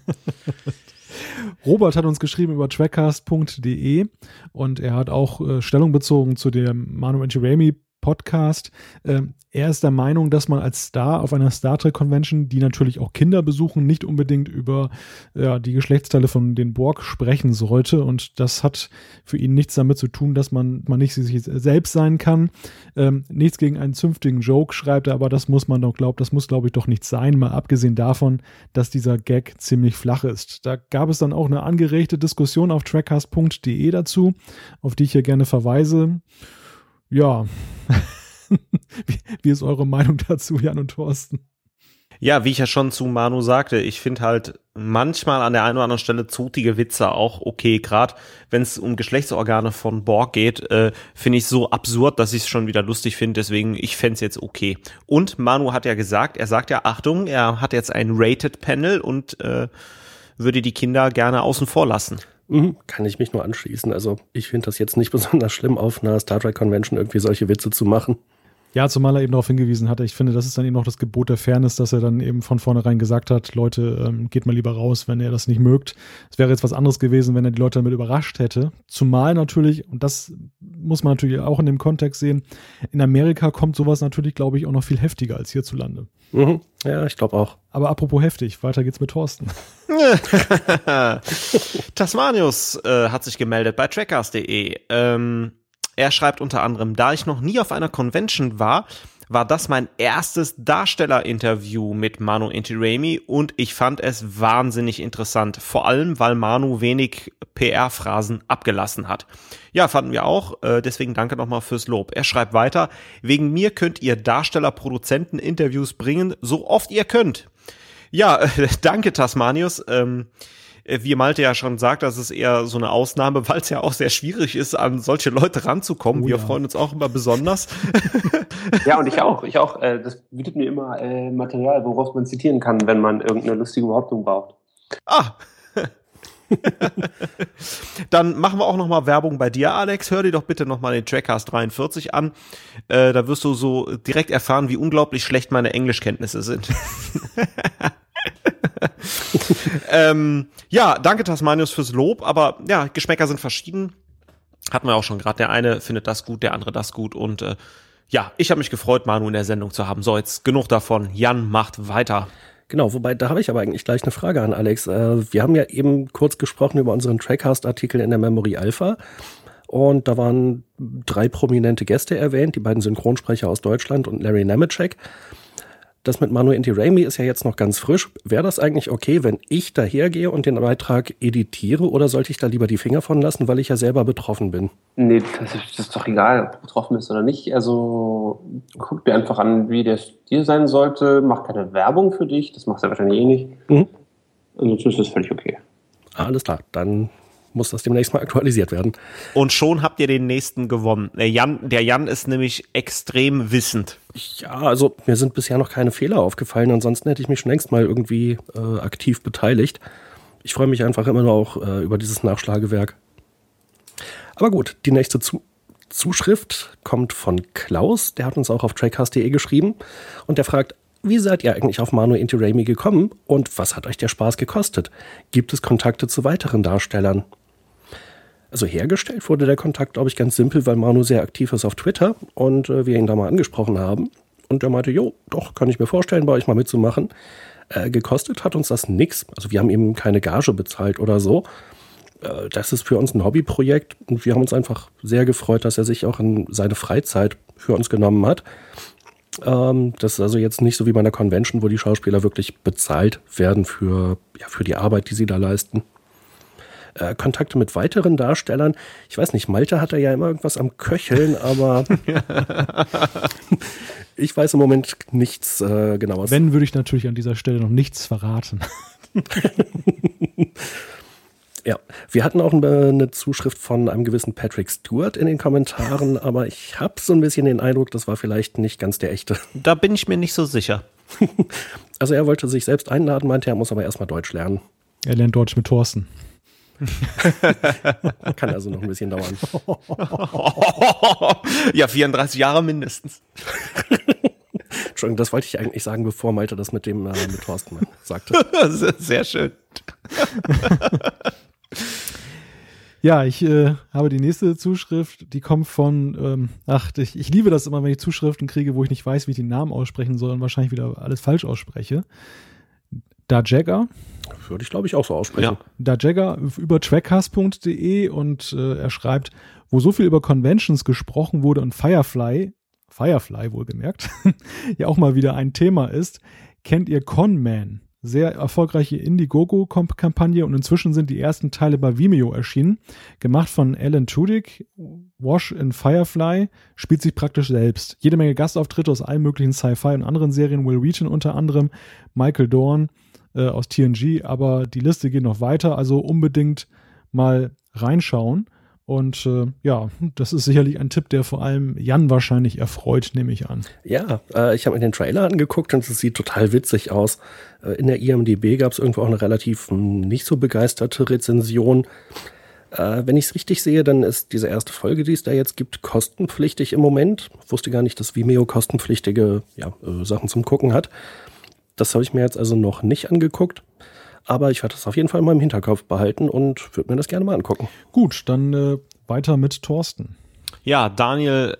Robert hat uns geschrieben über trackcast.de und er hat auch Stellung bezogen zu dem Manu Intiraymi Podcast. Er ist der Meinung, dass man als Star auf einer Star Trek Convention, die natürlich auch Kinder besuchen, nicht unbedingt über die Geschlechtsteile von den Borg sprechen sollte, und das hat für ihn nichts damit zu tun, dass man nicht sich selbst sein kann. Nichts gegen einen zünftigen Joke, schreibt er, aber das muss glaube ich doch nicht sein, mal abgesehen davon, dass dieser Gag ziemlich flach ist. Da gab es dann auch eine angeregte Diskussion auf trackcast.de dazu, auf die ich hier gerne verweise. Ja, wie ist eure Meinung dazu, Jan und Thorsten? Ja, wie ich ja schon zu Manu sagte, ich finde halt manchmal an der einen oder anderen Stelle zotige Witze auch okay. Gerade wenn es um Geschlechtsorgane von Borg geht, finde ich es so absurd, dass ich es schon wieder lustig finde. Deswegen, ich fände es jetzt okay. Und Manu hat ja gesagt, er sagt ja, Achtung, er hat jetzt ein Rated-Panel und würde die Kinder gerne außen vor lassen. Kann ich mich nur anschließen. Also ich finde das jetzt nicht besonders schlimm, auf einer Star Trek Convention irgendwie solche Witze zu machen. Ja, zumal er eben darauf hingewiesen hatte. Ich finde, das ist dann eben noch das Gebot der Fairness, dass er dann eben von vornherein gesagt hat, Leute, geht mal lieber raus, wenn ihr das nicht mögt. Es wäre jetzt was anderes gewesen, wenn er die Leute damit überrascht hätte. Zumal natürlich, und das muss man natürlich auch in dem Kontext sehen, in Amerika kommt sowas natürlich, glaube ich, auch noch viel heftiger als hierzulande. Ja, ich glaube auch. Aber apropos heftig, weiter geht's mit Thorsten. Tasmanius hat sich gemeldet bei trackcast.de. Er schreibt unter anderem, da ich noch nie auf einer Convention war das mein erstes Darstellerinterview mit Manu Intiraymi und ich fand es wahnsinnig interessant, vor allem, weil Manu wenig PR-Phrasen abgelassen hat. Ja, fanden wir auch, deswegen danke nochmal fürs Lob. Er schreibt weiter, wegen mir könnt ihr Darsteller-Produzenten-Interviews bringen, so oft ihr könnt. Ja, danke Tasmanius. Wie Malte ja schon sagt, das ist eher so eine Ausnahme, weil es ja auch sehr schwierig ist, an solche Leute ranzukommen. Wir freuen uns auch immer besonders. Ja, und ich auch. Das bietet mir immer Material, woraus man zitieren kann, wenn man irgendeine lustige Behauptung braucht. Dann machen wir auch noch mal Werbung bei dir, Alex. Hör dir doch bitte noch mal den Trackcast 43 an. Da wirst du so direkt erfahren, wie unglaublich schlecht meine Englischkenntnisse sind. Ja, danke Tasmanius fürs Lob, aber ja, Geschmäcker sind verschieden. Hatten wir auch schon gerade. Der eine findet das gut, der andere das gut und ja, ich habe mich gefreut, Manu in der Sendung zu haben. So, jetzt genug davon. Jan macht weiter. Genau, wobei, da habe ich aber eigentlich gleich eine Frage an Alex. Wir haben ja eben kurz gesprochen über unseren Trackcast-Artikel in der Memory Alpha und da waren 3 prominente Gäste erwähnt, die beiden Synchronsprecher aus Deutschland und Larry Nemeczek. Das mit Manu Inti Raimi ist ja jetzt noch ganz frisch. Wäre das eigentlich okay, wenn ich dahergehe und den Beitrag editiere, oder sollte ich da lieber die Finger von lassen, weil ich ja selber betroffen bin? Nee, das ist doch egal, ob du betroffen bist oder nicht. Also guck dir einfach an, wie der Stil sein sollte. Mach keine Werbung für dich, das machst du wahrscheinlich eh nicht. Ansonsten ist das völlig okay. Alles klar, dann muss das demnächst mal aktualisiert werden. Und schon habt ihr den nächsten gewonnen. Der Jan ist nämlich extrem wissend. Ja, also mir sind bisher noch keine Fehler aufgefallen, ansonsten hätte ich mich schon längst mal irgendwie aktiv beteiligt. Ich freue mich einfach immer noch auch über dieses Nachschlagewerk. Aber gut, die nächste Zuschrift kommt von Klaus, der hat uns auch auf trackcast.de geschrieben und der fragt: Wie seid ihr eigentlich auf Manu Inti Raimi gekommen und was hat euch der Spaß gekostet? Gibt es Kontakte zu weiteren Darstellern? Also hergestellt wurde der Kontakt, glaube ich, ganz simpel, weil Manu sehr aktiv ist auf Twitter und wir ihn da mal angesprochen haben. Und er meinte, jo, doch, kann ich mir vorstellen, bei euch mal mitzumachen. Gekostet hat uns das nix. Also wir haben ihm keine Gage bezahlt oder so. Das ist für uns ein Hobbyprojekt und wir haben uns einfach sehr gefreut, dass er sich auch in seine Freizeit für uns genommen hat. Das ist also jetzt nicht so wie bei einer Convention, wo die Schauspieler wirklich bezahlt werden für die Arbeit, die sie da leisten. Kontakte mit weiteren Darstellern. Ich weiß nicht, Malte hat da ja immer irgendwas am Köcheln, aber ich weiß im Moment nichts Genaues. Wenn, würde ich natürlich an dieser Stelle noch nichts verraten. Ja, wir hatten auch eine Zuschrift von einem gewissen Patrick Stewart in den Kommentaren, aber ich habe so ein bisschen den Eindruck, das war vielleicht nicht ganz der echte. Da bin ich mir nicht so sicher. Also er wollte sich selbst einladen, meinte er muss aber erstmal Deutsch lernen. Er lernt Deutsch mit Thorsten. Kann also noch ein bisschen dauern. Ja, 34 Jahre mindestens. Entschuldigung, das wollte ich eigentlich sagen, bevor Malte das mit Thorsten sagte. Sehr schön. Ja, ich habe die nächste Zuschrift, die kommt von, ich liebe das immer, wenn ich Zuschriften kriege, wo ich nicht weiß, wie ich den Namen aussprechen soll und wahrscheinlich wieder alles falsch ausspreche. Dajagger. Würde ich, glaube ich, auch so aussprechen. Ja. Dajagger über trackcast.de und er schreibt, wo so viel über Conventions gesprochen wurde und Firefly wohlgemerkt, ja auch mal wieder ein Thema ist, kennt ihr Conman? Sehr erfolgreiche Indiegogo-Kampagne und inzwischen sind die ersten Teile bei Vimeo erschienen. Gemacht von Alan Tudyk, Wash in Firefly, spielt sich praktisch selbst. Jede Menge Gastauftritte aus allen möglichen Sci-Fi und anderen Serien, Will Wheaton unter anderem, Michael Dorn aus TNG, aber die Liste geht noch weiter, also unbedingt mal reinschauen. Und das ist sicherlich ein Tipp, der vor allem Jan wahrscheinlich erfreut, nehme ich an. Ja, ich habe mir den Trailer angeguckt und es sieht total witzig aus. In der IMDb gab es irgendwo auch eine relativ nicht so begeisterte Rezension. Wenn ich es richtig sehe, dann ist diese erste Folge, die es da jetzt gibt, kostenpflichtig im Moment. Ich wusste gar nicht, dass Vimeo kostenpflichtige Sachen zum Gucken hat. Das habe ich mir jetzt also noch nicht angeguckt. Aber ich werde das auf jeden Fall mal im Hinterkopf behalten und würde mir das gerne mal angucken. Gut, dann weiter mit Thorsten. Ja, Daniel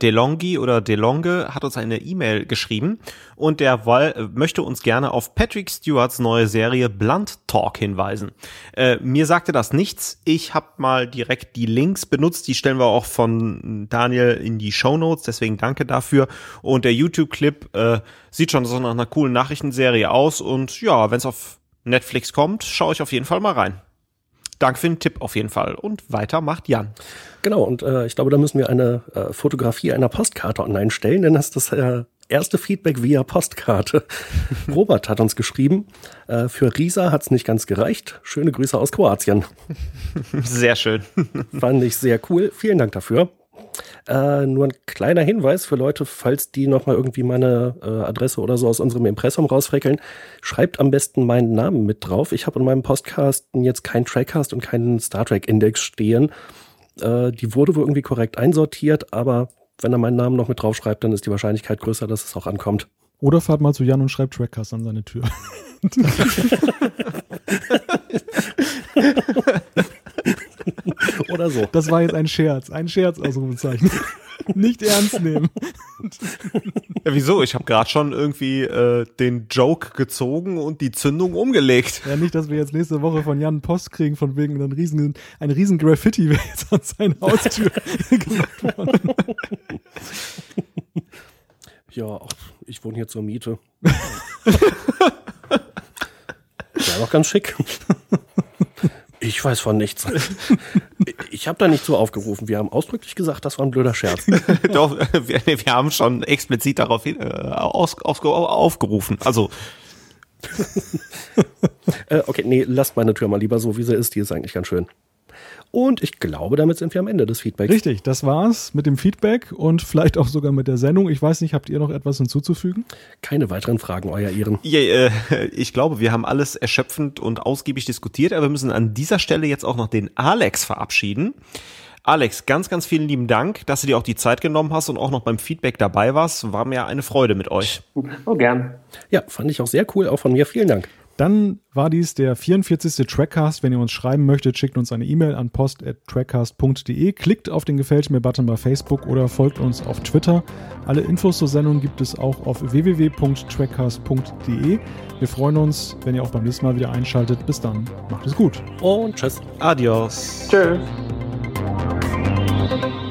DeLonge hat uns eine E-Mail geschrieben und der möchte uns gerne auf Patrick Stewarts neue Serie Blunt Talk hinweisen. Mir sagte das nichts. Ich habe mal direkt die Links benutzt. Die stellen wir auch von Daniel in die Shownotes. Deswegen danke dafür. Und der YouTube-Clip sieht schon so nach einer coolen Nachrichtenserie aus. Und ja, wenn es auf Netflix kommt, schaue ich auf jeden Fall mal rein. Danke für den Tipp auf jeden Fall. Und weiter macht Jan. Genau, und ich glaube, da müssen wir eine Fotografie einer Postkarte online stellen, denn das ist das erste Feedback via Postkarte. Robert hat uns geschrieben, für Risa hat es nicht ganz gereicht. Schöne Grüße aus Kroatien. Sehr schön. Fand ich sehr cool. Vielen Dank dafür. Nur ein kleiner Hinweis für Leute, falls die nochmal irgendwie meine Adresse oder so aus unserem Impressum rausfreckeln, schreibt am besten meinen Namen mit drauf. Ich habe in meinem Postkasten jetzt keinen Trackcast und keinen Star Trek Index stehen. Die wurde wohl irgendwie korrekt einsortiert, aber wenn er meinen Namen noch mit drauf schreibt, dann ist die Wahrscheinlichkeit größer, dass es auch ankommt. Oder fahrt mal zu Jan und schreibt Trackcast an seine Tür. Oder so. Das war jetzt ein Scherz, Ausrufezeichen. Nicht ernst nehmen. Ja, wieso? Ich habe gerade schon irgendwie den Joke gezogen und die Zündung umgelegt. Ja, nicht, dass wir jetzt nächste Woche von Jan Post kriegen, von wegen ein riesen Graffiti wäre jetzt an seine Haustür gemacht worden. Ja, ich wohne hier zur Miete. Ja, doch ganz schick. Ich weiß von nichts. Ich habe da nicht so aufgerufen. Wir haben ausdrücklich gesagt, das war ein blöder Scherz. Doch, wir haben schon explizit darauf aufgerufen. Also. Okay, nee, lasst meine Tür mal lieber so, wie sie ist. Die ist eigentlich ganz schön. Und ich glaube, damit sind wir am Ende des Feedbacks. Richtig, das war's mit dem Feedback und vielleicht auch sogar mit der Sendung. Ich weiß nicht, habt ihr noch etwas hinzuzufügen? Keine weiteren Fragen, euer Ehren. Ja, ich glaube, wir haben alles erschöpfend und ausgiebig diskutiert, aber wir müssen an dieser Stelle jetzt auch noch den Alex verabschieden. Alex, ganz, ganz vielen lieben Dank, dass du dir auch die Zeit genommen hast und auch noch beim Feedback dabei warst. War mir eine Freude mit euch. Oh, gern. Ja, fand ich auch sehr cool, auch von mir. Vielen Dank. Dann war dies der 44. Trackcast. Wenn ihr uns schreiben möchtet, schickt uns eine E-Mail an post@trackcast.de, klickt auf den Gefällt mir-Button bei Facebook oder folgt uns auf Twitter. Alle Infos zur Sendung gibt es auch auf www.trackcast.de. Wir freuen uns, wenn ihr auch beim nächsten Mal wieder einschaltet. Bis dann, macht es gut. Und tschüss. Adios. Tschüss.